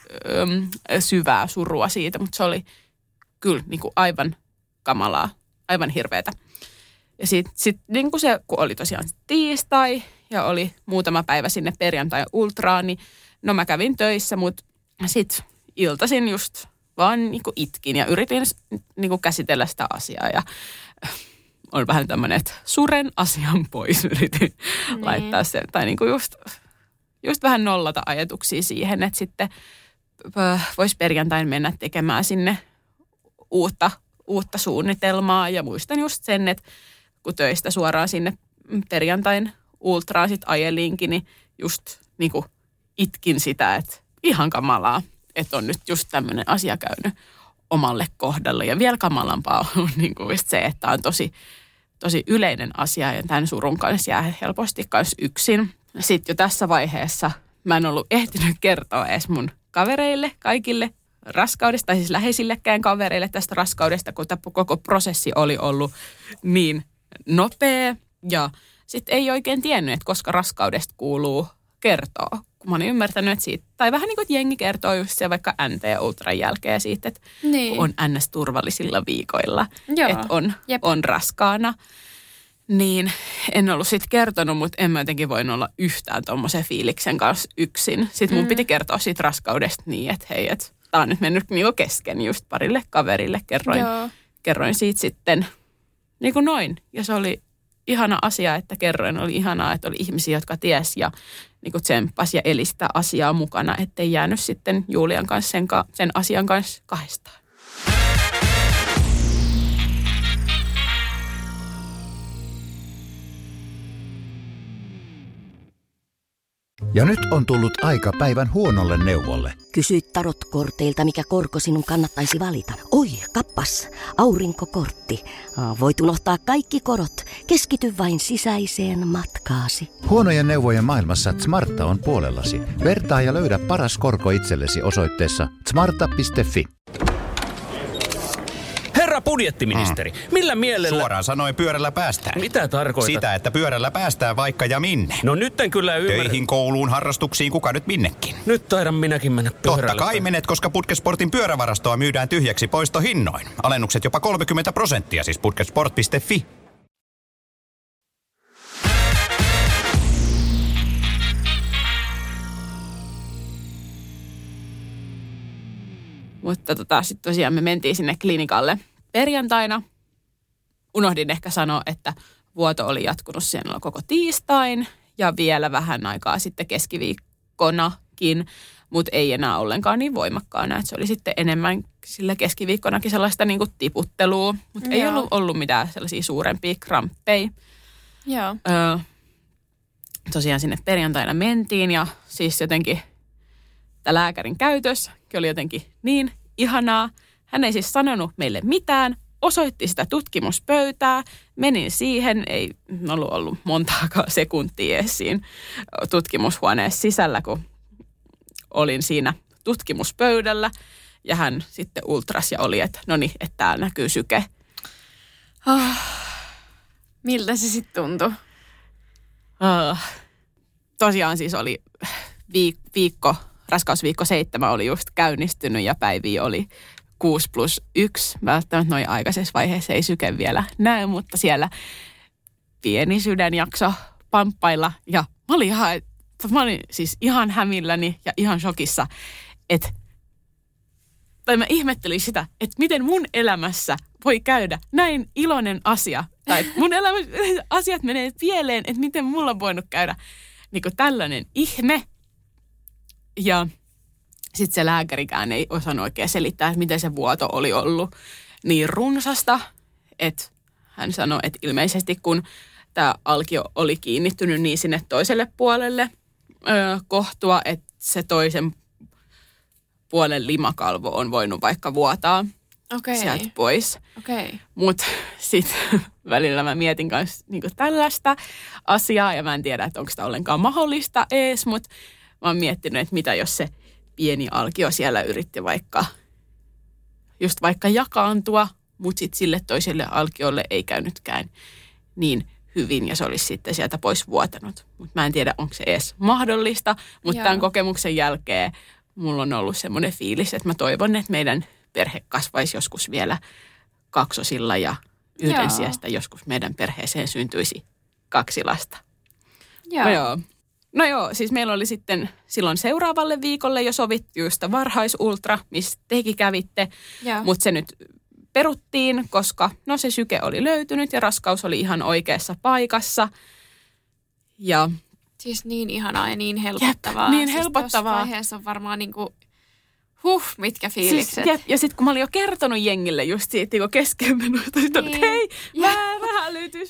syvää surua siitä, mutta se oli kyllä niin kuin aivan kamalaa, aivan hirveätä. Ja sitten niin kuin se, kun oli tosiaan tiistai ja oli muutama päivä sinne perjantai-ultraan, niin no mä kävin töissä, mutta sitten iltaisin just vaan niin kuin itkin ja yritin niin kuin käsitellä sitä asiaa ja on vähän tämmöinen, että suren asian pois yritin laittaa sen. Tai niin kuin just vähän nollata ajatuksia siihen, että sitten voisi perjantain mennä tekemään sinne uutta suunnitelmaa. Ja muistan just sen, että kun töistä suoraan sinne perjantain ultraan sit ajelinkin, niin just niin kuin itkin sitä, että ihan kamalaa, että on nyt just tämmöinen asia käynyt omalle kohdalle. Ja vielä kamalampaa on niin kuin se, että on tosi yleinen asia ja tämän surun kanssa jää helposti kanssa yksin. Sitten jo tässä vaiheessa mä en ollut ehtinyt kertoa edes mun kavereille, kaikille raskaudesta, tai siis läheisillekään kavereille tästä raskaudesta, kun tämä koko prosessi oli ollut niin nopea. Ja sitten ei oikein tiennyt, että koska raskaudesta kuuluu kertoa. Kun mä olin ymmärtänyt, että siitä, tai vähän niin kuin jengi kertoo just se vaikka NT-ultran jälkeen siitä, että on NS-turvallisilla viikoilla, että on raskaana. Niin en ollut sitten kertonut, mutta en mä jotenkin voinut olla yhtään tommoisen fiiliksen kanssa yksin. Sitten mun piti kertoa siitä raskaudesta niin, että hei, että tää on nyt mennyt niinku kesken just parille kaverille. Kerroin siitä sitten niin kuin noin. Ja se oli ihana asia, että kerroin. Oli ihanaa, että oli ihmisiä, jotka ties ja niin kuin tsemppasi ja eli sitä asiaa mukana, ettei jäänyt sitten Julian kanssa sen asian kanssa kahdestaan. Ja nyt on tullut aika päivän huonolle neuvolle. Kysy tarotkorteilta, mikä korko sinun kannattaisi valita. Oi, kappas, aurinkokortti. Voit unohtaa kaikki korot. Keskity vain sisäiseen matkaasi. Huonojen neuvojen maailmassa Smarta on puolellasi. Vertaa ja löydä paras korko itsellesi osoitteessa smarta.fi. Herra budjettiministeri, millä mielellä... Suoraan sanoen pyörällä päästään. Mitä tarkoitat? Sitä, että pyörällä päästään vaikka ja minne. No nyt en kyllä ymmärrä. Töihin, kouluun, harrastuksiin, kuka nyt minnekin. Nyt taidan minäkin mennä pyörällä. Totta kai menet, koska Putkesportin pyörävarastoa myydään tyhjäksi poistohinnoin. Alennukset jopa 30%, siis putkesport.fi. Mutta sitten tosiaan me mentiin sinne klinikalle perjantaina. Unohdin ehkä sanoa, että vuoto oli jatkunut siellä koko tiistain ja vielä vähän aikaa sitten keskiviikkonakin, mutta ei enää ollenkaan niin voimakkaana. Että se oli sitten enemmän sillä keskiviikkonakin sellaista niin kuin tiputtelua, mutta ei ollut mitään sellaisia suurempia kramppeja. Joo. Tosiaan sinne perjantaina mentiin ja siis jotenkin tämä lääkärin käytös oli jotenkin niin ihanaa. Hän ei siis sanonut meille mitään, osoitti sitä tutkimuspöytää, menin siihen, ei ollut montaakaan sekuntia edes siinä tutkimushuoneessa sisällä, kun olin siinä tutkimuspöydällä. Ja hän sitten ultrasi ja oli, että no niin, että täällä näkyy syke. Miltä se sitten tuntui? Tosiaan siis oli raskausviikko 7 oli just käynnistynyt ja päiviä oli 6+1. Välttämättä noin aikaisessa vaiheessa ei syke vielä näy, mutta siellä pieni sydän jakso pamppailla. Ja mä olin siis ihan hämilläni ja ihan shokissa, tai mä ihmettelin sitä, että miten mun elämässä voi käydä näin iloinen asia. Tai että mun elämässä asiat menee pieleen, että miten mulla on voinut käydä niin kuin tällainen ihme. Ja sitten se lääkärikään ei osannut oikein selittää, että miten se vuoto oli ollut niin runsasta, että hän sanoi, että ilmeisesti kun tämä alkio oli kiinnittynyt niin sinne toiselle puolelle kohtua, että se toisen puolen limakalvo on voinut vaikka vuotaa sieltä pois. Mutta sitten välillä mä mietin myös niinku tällaista asiaa ja mä en tiedä, että onko sitä ollenkaan mahdollista ees, mutta mä oon miettinyt, että mitä jos se pieni alkio siellä yritti vaikka jakaantua, mutta sitten sille toiselle alkiolle ei käynytkään niin hyvin ja se olisi sitten sieltä pois vuotanut. Mutta mä en tiedä, onko se edes mahdollista, mutta tämän kokemuksen jälkeen mulla on ollut semmoinen fiilis, että mä toivon, että meidän perhe kasvaisi joskus vielä kaksosilla ja yhden sijasta joskus meidän perheeseen syntyisi 2 lasta. Joo. No joo, siis meillä oli sitten silloin seuraavalle viikolle jo sovittu just varhaisultra, missä tekin kävitte, mutta se nyt peruttiin, koska se syke oli löytynyt ja raskaus oli ihan oikeassa paikassa. Ja siis niin ihanaa ja niin helpottavaa. Niin siis helpottavaa. Tuossa vaiheessa on varmaan niinku, mitkä fiilikset. Siis, ja sitten kun mä olin jo kertonut jengille just siitä niin keskenmenosta, että hei, väärä hälytys.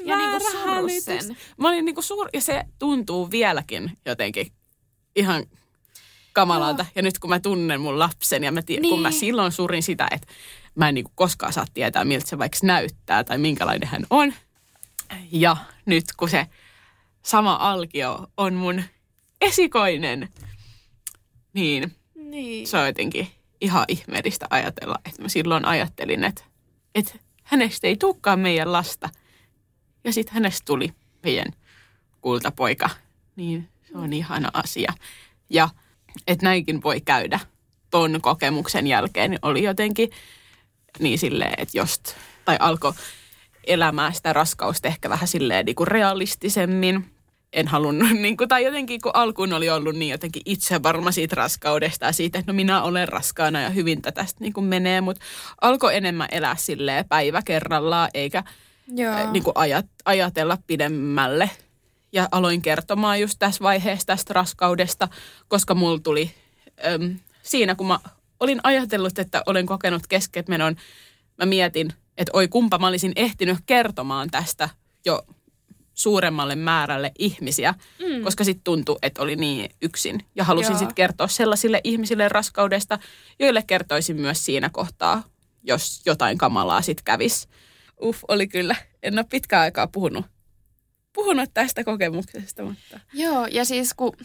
Mä olin niinku ja se tuntuu vieläkin jotenkin ihan kamalalta. Ja nyt kun mä tunnen mun lapsen ja kun mä silloin surin sitä, että mä en niinku koskaan saa tietää, miltä se vaikka näyttää tai minkälainen hän on. Ja nyt kun se sama alkio on mun esikoinen, niin se on jotenkin ihan ihmeellistä ajatella, että mä silloin ajattelin, että hänestä ei tulekaan meidän lasta. Ja sitten hänestä tuli meidän kultapoika. Niin se on ihana asia. Ja että näinkin voi käydä ton kokemuksen jälkeen, niin oli jotenkin niin silleen, että alkoi elämää sitä raskausta ehkä vähän silleen niin kuin realistisemmin. En halunnut, tai jotenkin kun alkuun oli ollut niin jotenkin itse varma siitä raskaudesta ja siitä, että minä olen raskaana ja hyvin tästä niin kuin menee, mutta alkoi enemmän elää silleen päivä kerrallaan eikä niin kuin ajatella pidemmälle. Ja aloin kertomaan just tässä vaiheessa tästä raskaudesta, koska mulla tuli siinä, kun mä olin ajatellut, että olen kokenut keskenmenon, mä mietin, että kumpa mä olisin ehtinyt kertomaan tästä jo suuremmalle määrälle ihmisiä, koska sitten tuntui, että oli niin yksin. Ja halusin sitten kertoa sellaisille ihmisille raskaudesta, joille kertoisin myös siinä kohtaa, jos jotain kamalaa sitten kävisi. Oli kyllä. En ole pitkään aikaa puhunut tästä kokemuksesta, mutta Joo, ja siis kun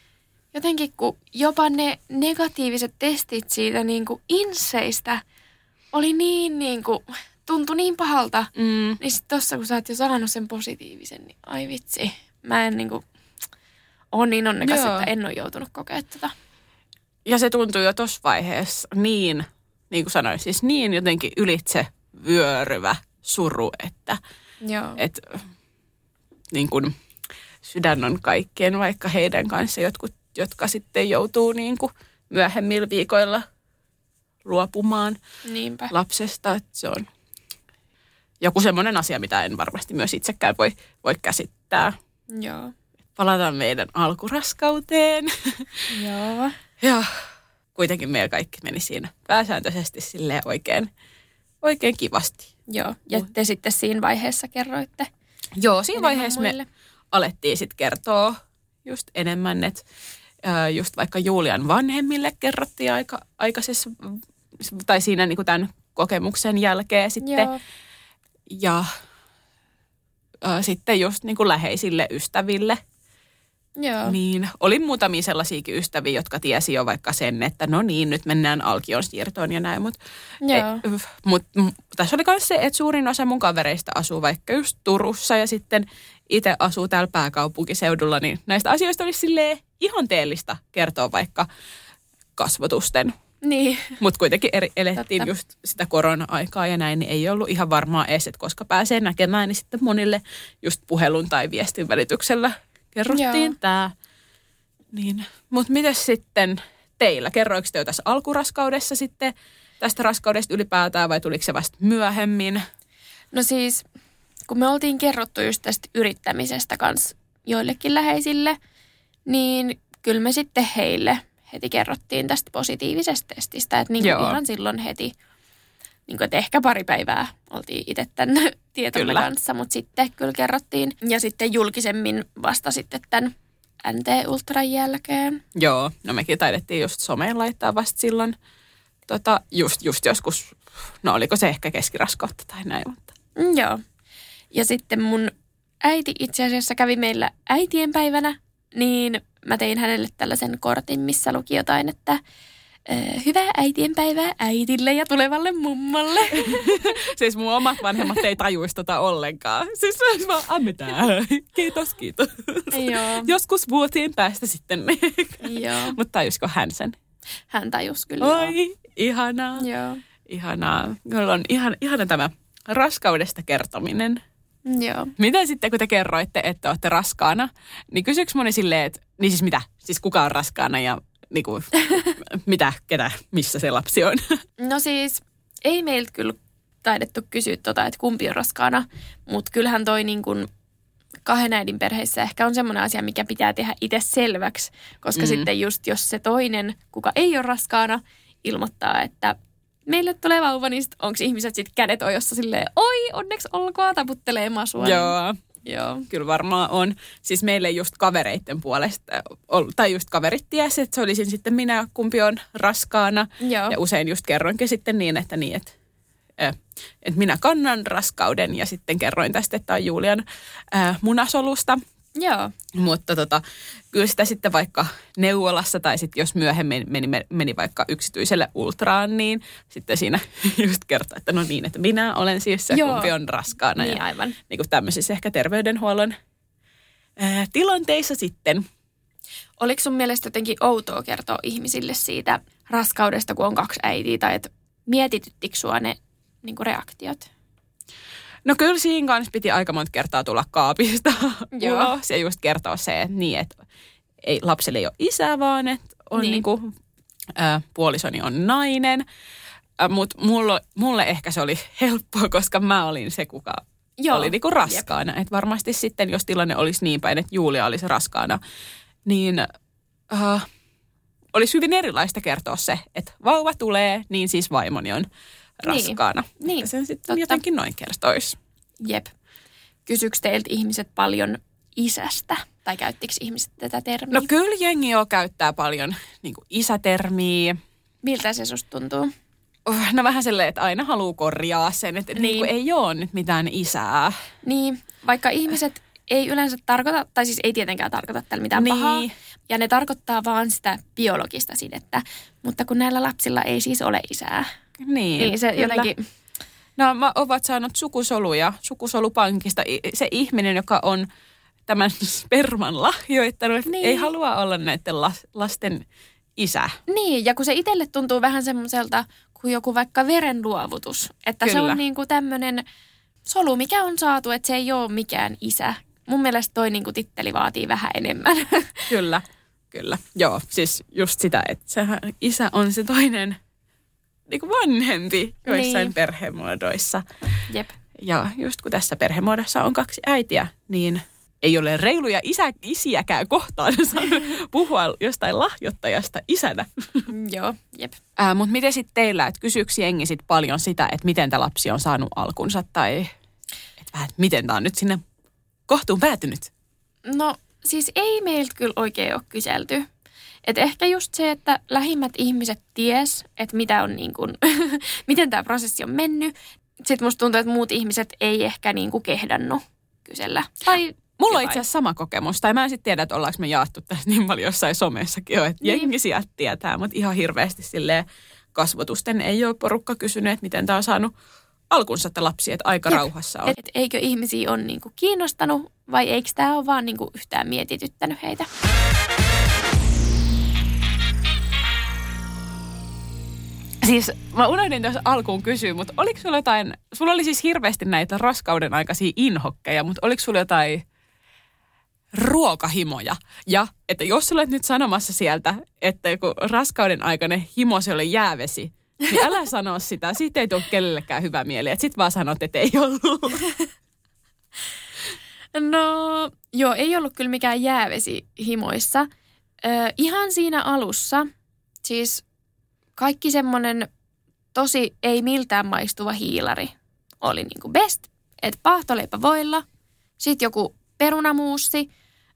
jopa ne negatiiviset testit siitä niin kuin inseistä oli niin kuin tuntui niin pahalta. Niin sit tossa, kun sä oot jo sanonut sen positiivisen, niin ai vitsi. Mä en niinku ole niin onnekas, että en ole joutunut kokea tätä. Ja se tuntui jo tossa vaiheessa niin kuin sanoin, siis niin jotenkin ylitse vyöryvä suru, että niin kuin sydän on kaikkien, vaikka heidän kanssa jotkut, jotka sitten joutuu niin kuin myöhemmillä viikoilla luopumaan lapsesta, että se on joku semmoinen asia, mitä en varmasti myös itsekään voi käsittää. Joo. Palataan meidän alkuraskauteen. Joo. Ja kuitenkin meillä kaikki meni siinä pääsääntöisesti silleen oikein kivasti. Joo, ja te sitten siinä vaiheessa kerroitte. Joo, siinä vaiheessa me alettiin sitten kertoa just enemmän, että just vaikka Julian vanhemmille kerrottiin aikaisessa, tai siinä niin kuin tämän kokemuksen jälkeen sitten. Joo. Ja sitten just niin kuin läheisille ystäville. Joo. Niin oli muutamia sellaisiakin ystäviä, jotka tiesi jo vaikka sen, että no niin, nyt mennään alkion siirtoon ja näin. Mutta tässä oli myös se, että suurin osa mun kavereista asuu vaikka just Turussa ja sitten itse asuu täällä pääkaupunkiseudulla. Niin näistä asioista olisi silleen ihanteellista kertoa vaikka kasvotusten. Niin. Mutta kuitenkin elettiin just sitä korona-aikaa ja näin, niin ei ollut ihan varmaa edes, että koska pääsee näkemään, niin sitten monille just puhelun tai viestin välityksellä kerrottiin tämä. Niin. Mutta mites sitten teillä? Kerroiko te jo tässä alkuraskaudessa sitten tästä raskaudesta ylipäätään vai tuliko se vasta myöhemmin? No siis, kun me oltiin kerrottu just tästä yrittämisestä kanssa joillekin läheisille, niin kyllä me sitten heille heti kerrottiin tästä positiivisesta testistä, että niin ihan silloin heti, niin kuin, että ehkä pari päivää oltiin itse tämän tietomme kanssa, mutta sitten kyllä kerrottiin. Ja sitten julkisemmin vasta sitten tämän NT-ultran jälkeen. Joo, no mekin taidettiin just someen laittaa vasta silloin, just joskus, no oliko se ehkä keskiraskautta tai näin, mutta. Joo, ja sitten mun äiti itse asiassa kävi meillä äitienpäivänä, niin mä tein hänelle tällaisen kortin, missä luki jotain, että hyvää äitienpäivää äitille ja tulevalle mummolle. Siis mun omat vanhemmat ei tajuisi tota ollenkaan. Siis vaan annetaan. Kiitos. Joo. Joskus vuosien päästä sitten. Joo. Mutta tajusiko hän sen? Hän tajus kyllä. Oi, ihanaa. Joo. Ihanaa. Meillä on ihana tämä raskaudesta kertominen. Joo. Mitä sitten, kun te kerroitte, että olette raskaana, niin kysyks moni silleen, että niin siis mitä? Siis kuka on raskaana ja niin kuin, mitä, ketä, missä se lapsi on? No siis ei meiltä kyllä taidettu kysyä että kumpi on raskaana, mutta kyllähän toi niin kuin kahden äidin perheissä ehkä on semmoinen asia, mikä pitää tehdä itse selväksi, koska sitten just jos se toinen, kuka ei ole raskaana, ilmoittaa, että meille tulee vauva, niin onko ihmiset sitten kädet ojossa silleen, oi, onneksi olkoon, taputtelee masua. Joo, kyllä varmaan on. Siis meille just kavereitten puolesta, tai just kaverit tiesi, että se olisin sitten minä, kumpi on raskaana. Joo. Ja usein just kerroinkin sitten niin, että minä kannan raskauden ja sitten kerroin tästä, että on Julian munasolusta. Joo. Mutta kyllä sitä sitten vaikka neuvolassa tai sitten jos myöhemmin meni vaikka yksityiselle ultraan, niin sitten siinä just kertoo, että no niin, että minä olen siis se, kumpi on raskaana. Niin, ja aivan. niin kuin tämmöisissä ehkä terveydenhuollon tilanteissa sitten. Oliko sun mielestä jotenkin outoa kertoa ihmisille siitä raskaudesta, kun on 2 äitiä, tai että mietityttikö sua ne niin kuin reaktiot? No kyllä siinä kanssa piti aika monta kertaa tulla kaapista ulos ja just kertoa se, että niin, että ei, lapselle ei ole isä, vaan että on niin. Niinku, puolisoni on nainen. Mutta mulle ehkä se oli helppoa, koska mä olin se, kuka oli niinku raskaana. Että varmasti sitten, jos tilanne olisi niin päin, että Julia olisi raskaana, niin olisi hyvin erilaista kertoa se, että vauva tulee, niin siis vaimoni on raskaana. Niin. Sen sitten jotenkin noin kertoisi. Jep. Kysyks teiltä ihmiset paljon isästä? Tai käyttikö ihmiset tätä termiä? No kyllä jengi jo käyttää paljon niin kuin isätermiä. Miltä se susta tuntuu? No vähän silleen, että aina haluaa korjaa sen, että niin kuin ei ole nyt mitään isää. Niin, vaikka ihmiset ei yleensä tarkoita, tai siis ei tietenkään tarkoita tällä mitään pahaa. Ja ne tarkoittaa vaan sitä biologista sidettä. Mutta kun näillä lapsilla ei siis ole isää. Niin se kyllä. Jotenkin... No ovat saanut sukusoluja sukusolupankista. Se ihminen, joka on tämän sperman lahjoittanut, ei halua olla näiden lasten isä. Niin, ja kun se itselle tuntuu vähän semmoiselta kuin joku vaikka verenluovutus. Että kyllä. Se on niin kuin tämmöinen solu, mikä on saatu, että se ei ole mikään isä. Mun mielestä toi niin kuin titteli vaatii vähän enemmän. Kyllä. Joo, siis just sitä, että se isä on se toinen... niin kuin vanhempi joissain perhemuodoissa. Jep. Ja just kun tässä perhemuodossa on 2 äitiä, niin ei ole reiluja isiäkään kohtaan puhua jostain lahjoittajasta isänä. Joo, jep. Mutta miten sitten teillä, että kysyykö jengi sit paljon sitä, että miten tämä lapsi on saanut alkunsa tai että miten tämä on nyt sinne kohtuun päätynyt? No siis ei meiltä kyllä oikein ole kyselty. Että ehkä just se, että lähimmät ihmiset ties, että mitä on niin kuin, miten tämä prosessi on mennyt. Sitten musta tuntuu, että muut ihmiset ei ehkä niin kuin kehdannut kysellä. Tai mulla on itse asiassa sama kokemus. Tai mä en sitten tiedä, että ollaanko me jaettu tässä niin paljon jossain somessakin jo, että jengi sieltä tietää. Mutta ihan hirveästi silleen kasvotusten ei ole porukka kysynyt, että miten tämä on saanut alkunsa, että lapsi, että aika rauhassa on. Et eikö ihmisiä ole niin kuin kiinnostanut vai eikö tämä ole vaan niin kuin yhtään mietityttänyt heitä? Siis mä unohdin tuossa alkuun kysyä, mutta oliko sulla jotain, sulla oli siis hirveästi näitä raskauden aikaisia inhokkeja, mutta oliko sulla jotain ruokahimoja? Ja että jos olet nyt sanomassa sieltä, että joku raskauden aikainen himo se oli jäävesi, niin älä sano sitä, siitä ei tule kellekään hyvä mieli, että sit vaan sanot, että ei ollut. No joo, ei ollut kyllä mikään jäävesi himoissa. Ihan siinä alussa, siis... Kaikki semmoinen tosi ei miltään maistuva hiilari oli niin kuin best. Että paahtoleipä voilla, sitten joku perunamuussi,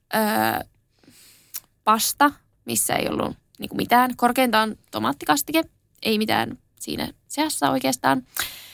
pasta, missä ei ollut niin kuin mitään. Korkeintaan tomaattikastike, ei mitään siinä seassa oikeastaan.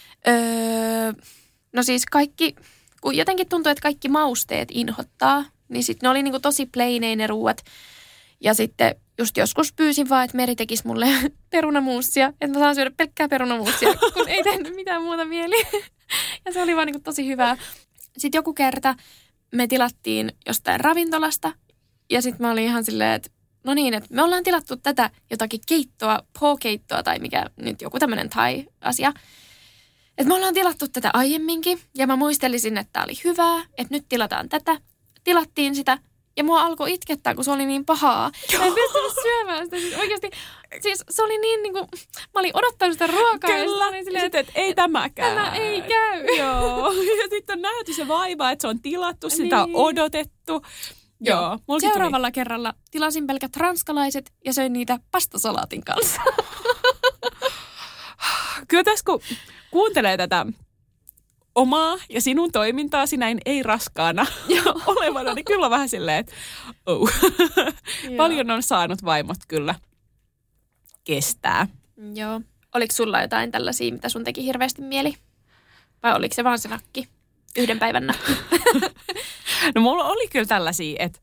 No siis kaikki, kun jotenkin tuntuu, että kaikki mausteet inhottaa, niin sitten ne oli niin kuin tosi plainei ne ruuat. Ja sitten just joskus pyysin vaan, että Meri tekisi mulle perunamuussia, että mä saan syödä pelkkää perunamuussia, kun ei tehnyt mitään muuta mieli. Ja se oli vaan niin tosi hyvää. Sitten joku kerta me tilattiin jostain ravintolasta ja sitten mä olin ihan silleen, että no niin, että me ollaan tilattu tätä jotakin keittoa, pho-keittoa tai mikä nyt joku tämmöinen thai-asia. Että me ollaan tilattu tätä aiemminkin ja mä muistelisin, että tää oli hyvää, että nyt tilataan tätä. Tilattiin sitä ja mua alkoi itkettää, kun se oli niin pahaa. Mä en pystynyt syömään sitä. Siis oikeasti, siis se oli niin niinku, mä olin odottanut sitä ruokaa. Kyllä, ja silleen, että ei tämäkään. Tämä ei käy. Joo, ja sitten on nähty se vaiva, että se on tilattu, sitä on odotettu. Joo. Seuraavalla kerralla tilasin pelkät ranskalaiset ja söin niitä pastasalaatin kanssa. Kyllä tässä kun kuuntelee tätä omaa ja sinun toimintaasi näin ei raskaana olevana, niin kyllä on vähän silleen, että paljon on saanut vaimot kyllä kestää. Joo. Oliko sulla jotain tällaisia, mitä sun teki hirveästi mieli? Vai oliko se vaan se nakki? Yhden päivän nakki? No mulla oli kyllä tällaisia, että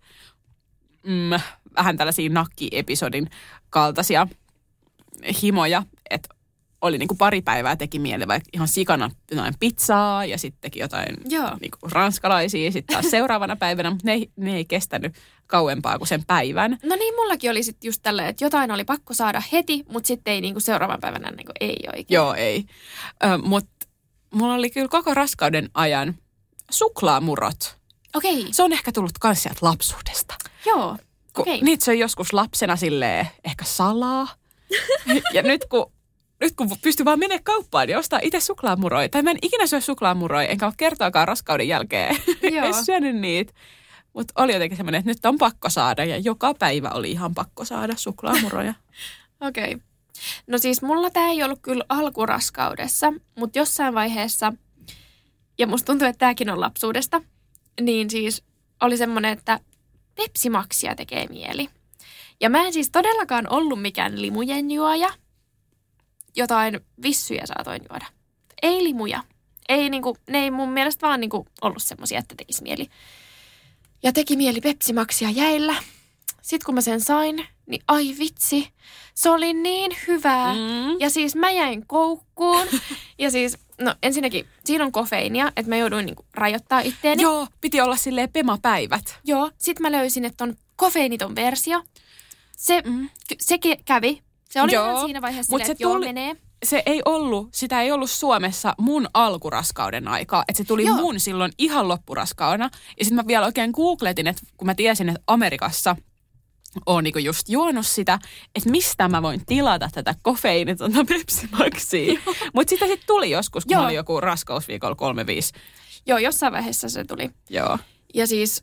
vähän tällaisia nakki-episodin kaltaisia himoja, että oli niinku pari päivää teki mieli vaikka ihan sikana jotain pizzaa ja sitten teki jotain niinku ranskalaisia sitten taas seuraavana päivänä, mutta ne ei kestänyt kauempaa kuin sen päivän. No niin, mullakin oli sitten just tälleen, että jotain oli pakko saada heti, mutta sitten ei niinku seuraavan päivänä niinku ei oikein. Joo, ei. Mutta mulla oli kyllä koko raskauden ajan suklaamurot. Okei. Se on ehkä tullut kans sieltä lapsuudesta. Joo, okei. Niitä söi joskus lapsena silleen ehkä salaa. Ja nyt kun pystyy vaan menemään kauppaan ja ostaa itse suklaamuroja. Tai mä en ikinä syö suklaamuroja, enkä ole kertaakaan raskauden jälkeen edes syönyt niitä. Mutta oli jotenkin semmoinen, että nyt on pakko saada ja joka päivä oli ihan pakko saada suklaamuroja. Okei. No siis mulla tää ei ollut kyllä alkuraskaudessa, mutta jossain vaiheessa, ja musta tuntuu, että tääkin on lapsuudesta, niin siis oli semmoinen, että Pepsi Maxia tekee mieli. Ja mä en siis todellakaan ollut mikään limujen juoja. Jotain vissyjä saatoin juoda. Ei limuja. Ei niinku, ne ei mun mielestä vaan niinku ollut semmosia, että tekisi mieli. Ja teki mieli Pepsi Maxia jäillä. Sitten kun mä sen sain, niin ai vitsi, se oli niin hyvää. Ja siis mä jäin koukkuun. Ja siis, no ensinnäkin, siinä on kofeiinia, että mä jouduin niinku rajoittaa itteeni. Joo, piti olla silleen pemapäivät. Joo, sit mä löysin, että on kofeiniton versio. Se kävi. Se oli ihan siinä vaiheessa silleen, että menee. Sitä ei ollut Suomessa mun alkuraskauden aikaa. Että se tuli mun silloin ihan loppuraskaana. Ja sitten mä vielä oikein googletin, että kun mä tiesin, että Amerikassa on niinku just juonut sitä, että mistä mä voin tilata tätä kofeiinitonta Pepsi Maxia. Mutta sitä sitten tuli joskus, kun oli joku raskausviikolla 35. Joo, jossain vaiheessa se tuli. Joo. Ja siis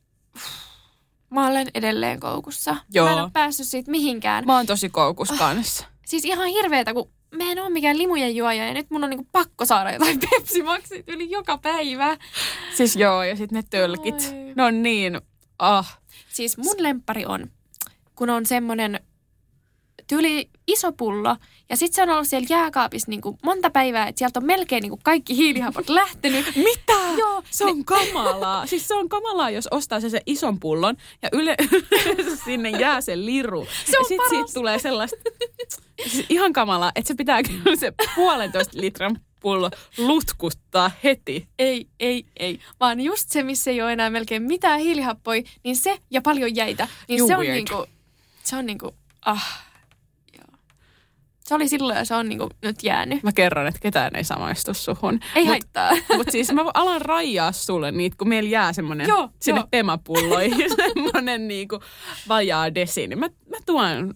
mä olen edelleen koukussa. Joo. Mä en ole päässyt siitä mihinkään. Mä oon tosi koukussa kanssa. Siis ihan hirveetä, kun mä en ole mikään limujen juoja ja nyt mun on niinku pakko saada jotain Pepsi Maxit yli joka päivä. Siis joo, ja sitten ne tölkit. Ne on niin, Siis mun lemppari on, kun on semmonen tyyli iso pullo ja sit se on ollut siellä jääkaapissa niinku monta päivää, että sieltä on melkein niinku kaikki hiilihapot lähtenyt. Mitä? Joo. Se on kamalaa. Siis se on kamalaa, jos ostaa se ison pullon ja yleensä sinne jää se liru. Se on ja sit siitä tulee sellaista, siis ihan kamalaa, että se pitää kyllä se 1,5 litran pullo lutkuttaa heti. Ei. Vaan just se, missä ei ole enää melkein mitään hiilihappoja, niin se ja paljon jäitä. Niin se on niinku, joo. Se oli silloin ja se on niinku nyt jäänyt. Mä kerron, että ketään ei samaistu suhun. Ei haittaa. Mutta siis mä alan rajaa sulle niitä, kun meillä jää semmoinen sinne pemapulloihin semmoinen niinku vajaa desi. Niin mä tuon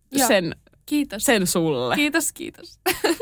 sen sulle. Kiitos.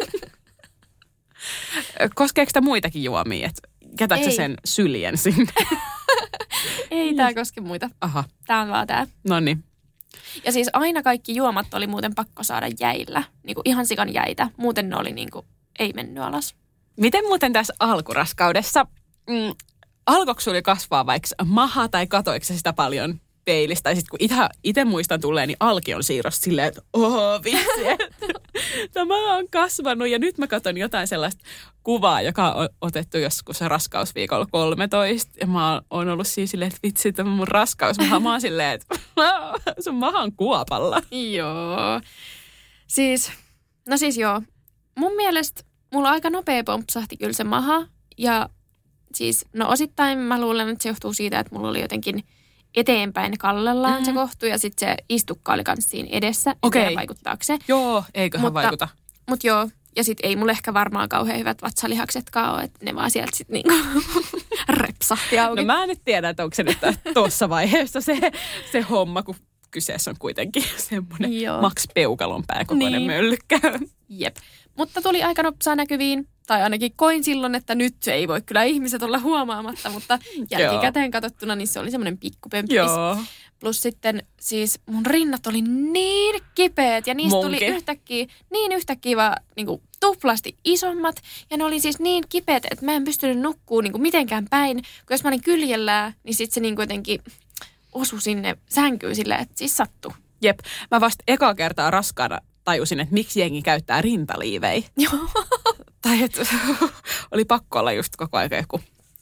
Koskeeko sitä muitakin juomia? Jätätkö sen syljen sinne? Ei tää koske muita. Aha. Tää on vaan tää. Noniin. Ja siis aina kaikki juomat oli muuten pakko saada jäillä. Niinku ihan sikan jäitä. Muuten ne oli niinku, ei mennyt alas. Miten muuten tässä alkuraskaudessa, alkoiko sulla kasvaa vaikka maha tai katoiko sitä paljon peilistä? Tai sitten kun itse muistan tulleen, niin alki on siirrossa silleen, että vitsi, tämä on kasvanut. Ja nyt mä katson jotain sellaista kuvaa, joka on otettu joskus raskausviikolla 13. Ja mä oon ollut siis silleen, että vitsi, tämä mun raskaus. Mä oon silleen, että sun maha on kuopalla. Joo. Siis joo. Mun mielestä mulla aika nopea pompsahti kyllä se maha. Ja siis, no osittain mä luulen, että se johtuu siitä, että mulla oli jotenkin eteenpäin kallellaan se kohtu ja sitten se istukka oli kans siinä edessä. Okei. Vaikuttaako se? Joo, eiköhän vaikuta. Mutta joo, ja sitten ei mulle ehkä varmaan kauhean hyvät vatsalihaksetkaan ole, että ne vaan sieltä sitten niinku repsahti auki. No mä en nyt tiedä, että onko se nyt tuossa vaiheessa se homma, kun kyseessä on kuitenkin semmoinen Max Peukalonpää kokoinen möllykkä. Jep. Mutta tuli aika nopsaa näkyviin, tai ainakin koin silloin, että nyt ei voi kyllä ihmiset olla huomaamatta, mutta jälkikäteen katsottuna niin se oli semmoinen pikkupömppis. Joo. Plus sitten siis mun rinnat oli niin kipeät ja niistä tuli yhtäkkiä vaan niin kuin tuplasti isommat. Ja ne oli siis niin kipeät, että mä en pystynyt nukkuu niin kuin mitenkään päin. Kun jos mä olin kyljellään, niin sitten se niin kuin jotenkin osui sinne sänkyyn silleen, että siis sattui. Jep. Mä vasta ekaa kertaa raskaana tajusin, että miksi jengi käyttää rintaliivejä. Joo. Tai että oli pakko olla just koko ajan joku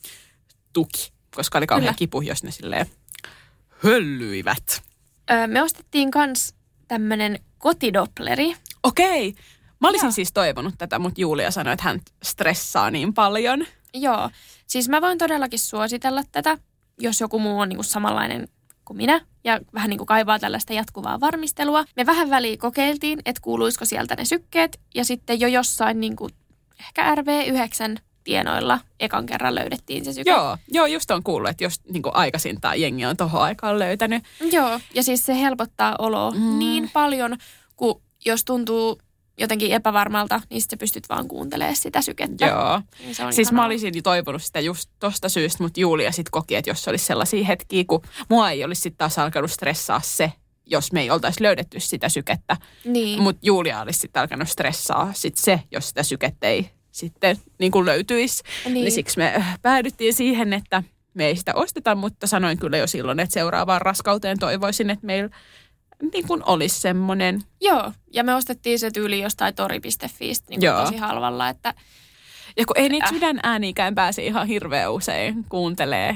tuki, koska oli kauhean kipu, jos ne silleen höllyivät. Me ostettiin kans tämmönen kotidopleri. Okei. Mä olisin siis toivonut tätä, mutta Julia sanoi, että hän stressaa niin paljon. Joo. Siis mä voin todellakin suositella tätä, jos joku muu on niinku samanlainen kuin minä ja vähän niin kuin kaivaa tällaista jatkuvaa varmistelua. Me vähän väliin kokeiltiin, että kuuluisiko sieltä ne sykkeet ja sitten jo jossain niin kuin ehkä RV9 tienoilla ekan kerran löydettiin se syke. Joo, just on kuullut, että jos niin kuin aikaisintaan jengi on tohon aikaan löytänyt. Joo, ja siis se helpottaa oloa niin paljon, kun jos tuntuu jotenkin epävarmalta, niin sitten pystyt vaan kuuntelemaan sitä sykettä. Joo. Siis mä olisin toivonut sitä just tosta syystä, mutta Julia sitten koki, että jos olisi sellaisia hetkiä, kun mua ei olisi sitten taas alkanut stressaa se, jos me ei oltaisi löydetty sitä sykettä. Niin. Mutta Julia olisi sitten alkanut stressaa sitten se, jos sitä sykettä ei sitten niin kuin löytyisi. Niin siksi me päädyttiin siihen, että me ei sitä osteta, mutta sanoin kyllä jo silloin, että seuraavaan raskauteen toivoisin, että meillä niin kuin olisi semmoinen. Joo, ja me ostettiin se tyyli jostain tori.fiistä niin tosi halvalla, että ja kun ei niitä sydänääniikään pääse ihan hirveän usein kuuntelee.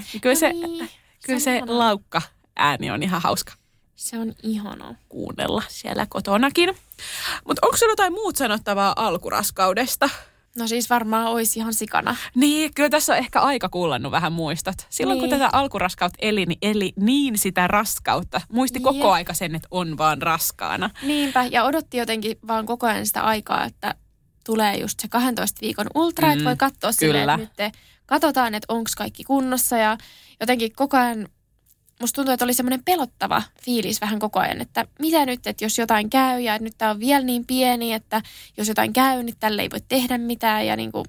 Kyllä se laukka-ääni on ihan hauska. Se on ihanaa kuunnella siellä kotonakin. Mutta onko sinulla jotain muut sanottavaa alkuraskaudesta? No siis varmaan olisi ihan sikana. Niin, kyllä tässä on ehkä aika kuullannut vähän muistot. Silloin kun tätä alkuraskautta eli niin sitä raskautta. Muisti koko aika sen, että on vaan raskaana. Niinpä, ja odotti jotenkin vaan koko ajan sitä aikaa, että tulee just se 12 viikon ultra, että voi katsoa silleen, että nyt katsotaan, että onko kaikki kunnossa. Ja jotenkin koko ajan musta tuntuu, että oli semmoinen pelottava fiilis vähän koko ajan, että mitä nyt, että jos jotain käy ja nyt tää on vielä niin pieni, että jos jotain käy, niin tälle ei voi tehdä mitään ja niinku,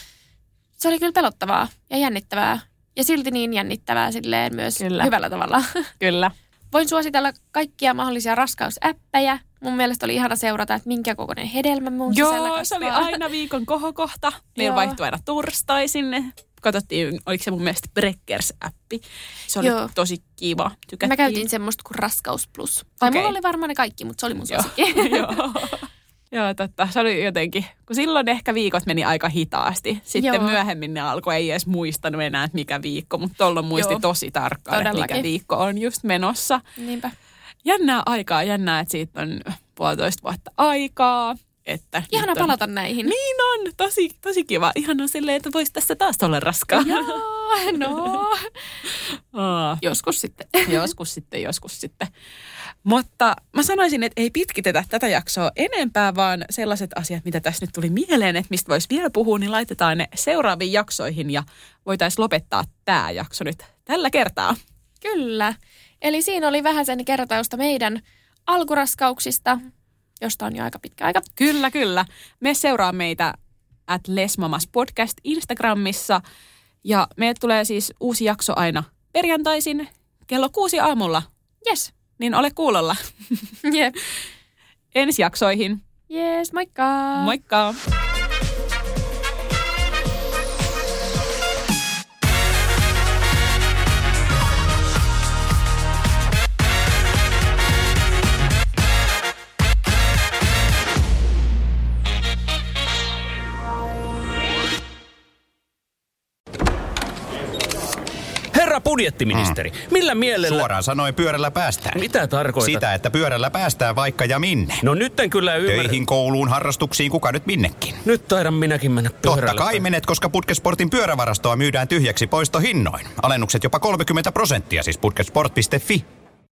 se oli kyllä pelottavaa ja jännittävää ja silti niin jännittävää silleen myös hyvällä tavalla. Kyllä. Voin suositella kaikkia mahdollisia raskausäppejä. Mun mielestä oli ihana seurata, että minkä kokoinen hedelmä mun sisällä kasvaa. Joo, se oli aina viikon kohokohta. Meillä vaihtui aina torstaisin. Katsottiin, oliko se mun mielestä Brekkers-appi. Se oli tosi kiva. Tykättiin. Mä käytin semmoista kuin Raskaus Plus. Tai mulla oli varmaan ne kaikki, mutta se oli mun suosikki. Joo, totta. Se oli jotenkin, kun silloin ehkä viikot meni aika hitaasti. Sitten myöhemmin ne alkoi, ei edes muistanut enää, että mikä viikko. Mutta tuolloin muisti tosi tarkkaan, että mikä viikko on just menossa. Niinpä. Jännää aikaa, että siitä on 1,5 vuotta aikaa. Että ihana palata näihin. Niin on, tosi kiva. Ihan on silleen, että voisi tässä taas olla raskaa. Joo, no. Joskus sitten. Mutta mä sanoisin, että ei pitkitetä tätä jaksoa enempää, vaan sellaiset asiat, mitä tässä nyt tuli mieleen, että mistä voisi vielä puhua, niin laitetaan ne seuraaviin jaksoihin ja voitaisiin lopettaa tämä jakso nyt tällä kertaa. Kyllä. Eli siinä oli vähän sen kertausta meidän alkuraskauksista, josta on jo aika pitkä aika. Kyllä. Me seuraa meitä @lesmamaspodcast Instagramissa. Ja meille tulee siis uusi jakso aina perjantaisin kello 6 aamulla. Yes. Niin ole kuulolla. Jep. Ensi jaksoihin. Yes, moikka. Moikka. budjettiministeri. Millä mielellä... Suoraan sanoen pyörällä päästään. Mitä tarkoitat? Sitä, että pyörällä päästään vaikka ja minne. No nyt en kyllä ymmärrä. Töihin, kouluun, harrastuksiin, kuka nyt minnekin. Nyt taidan minäkin mennä pyörällä. Totta kai menet, koska Putkesportin pyörävarastoa myydään tyhjäksi poistohinnoin. Alennukset jopa 30%, siis putkesport.fi.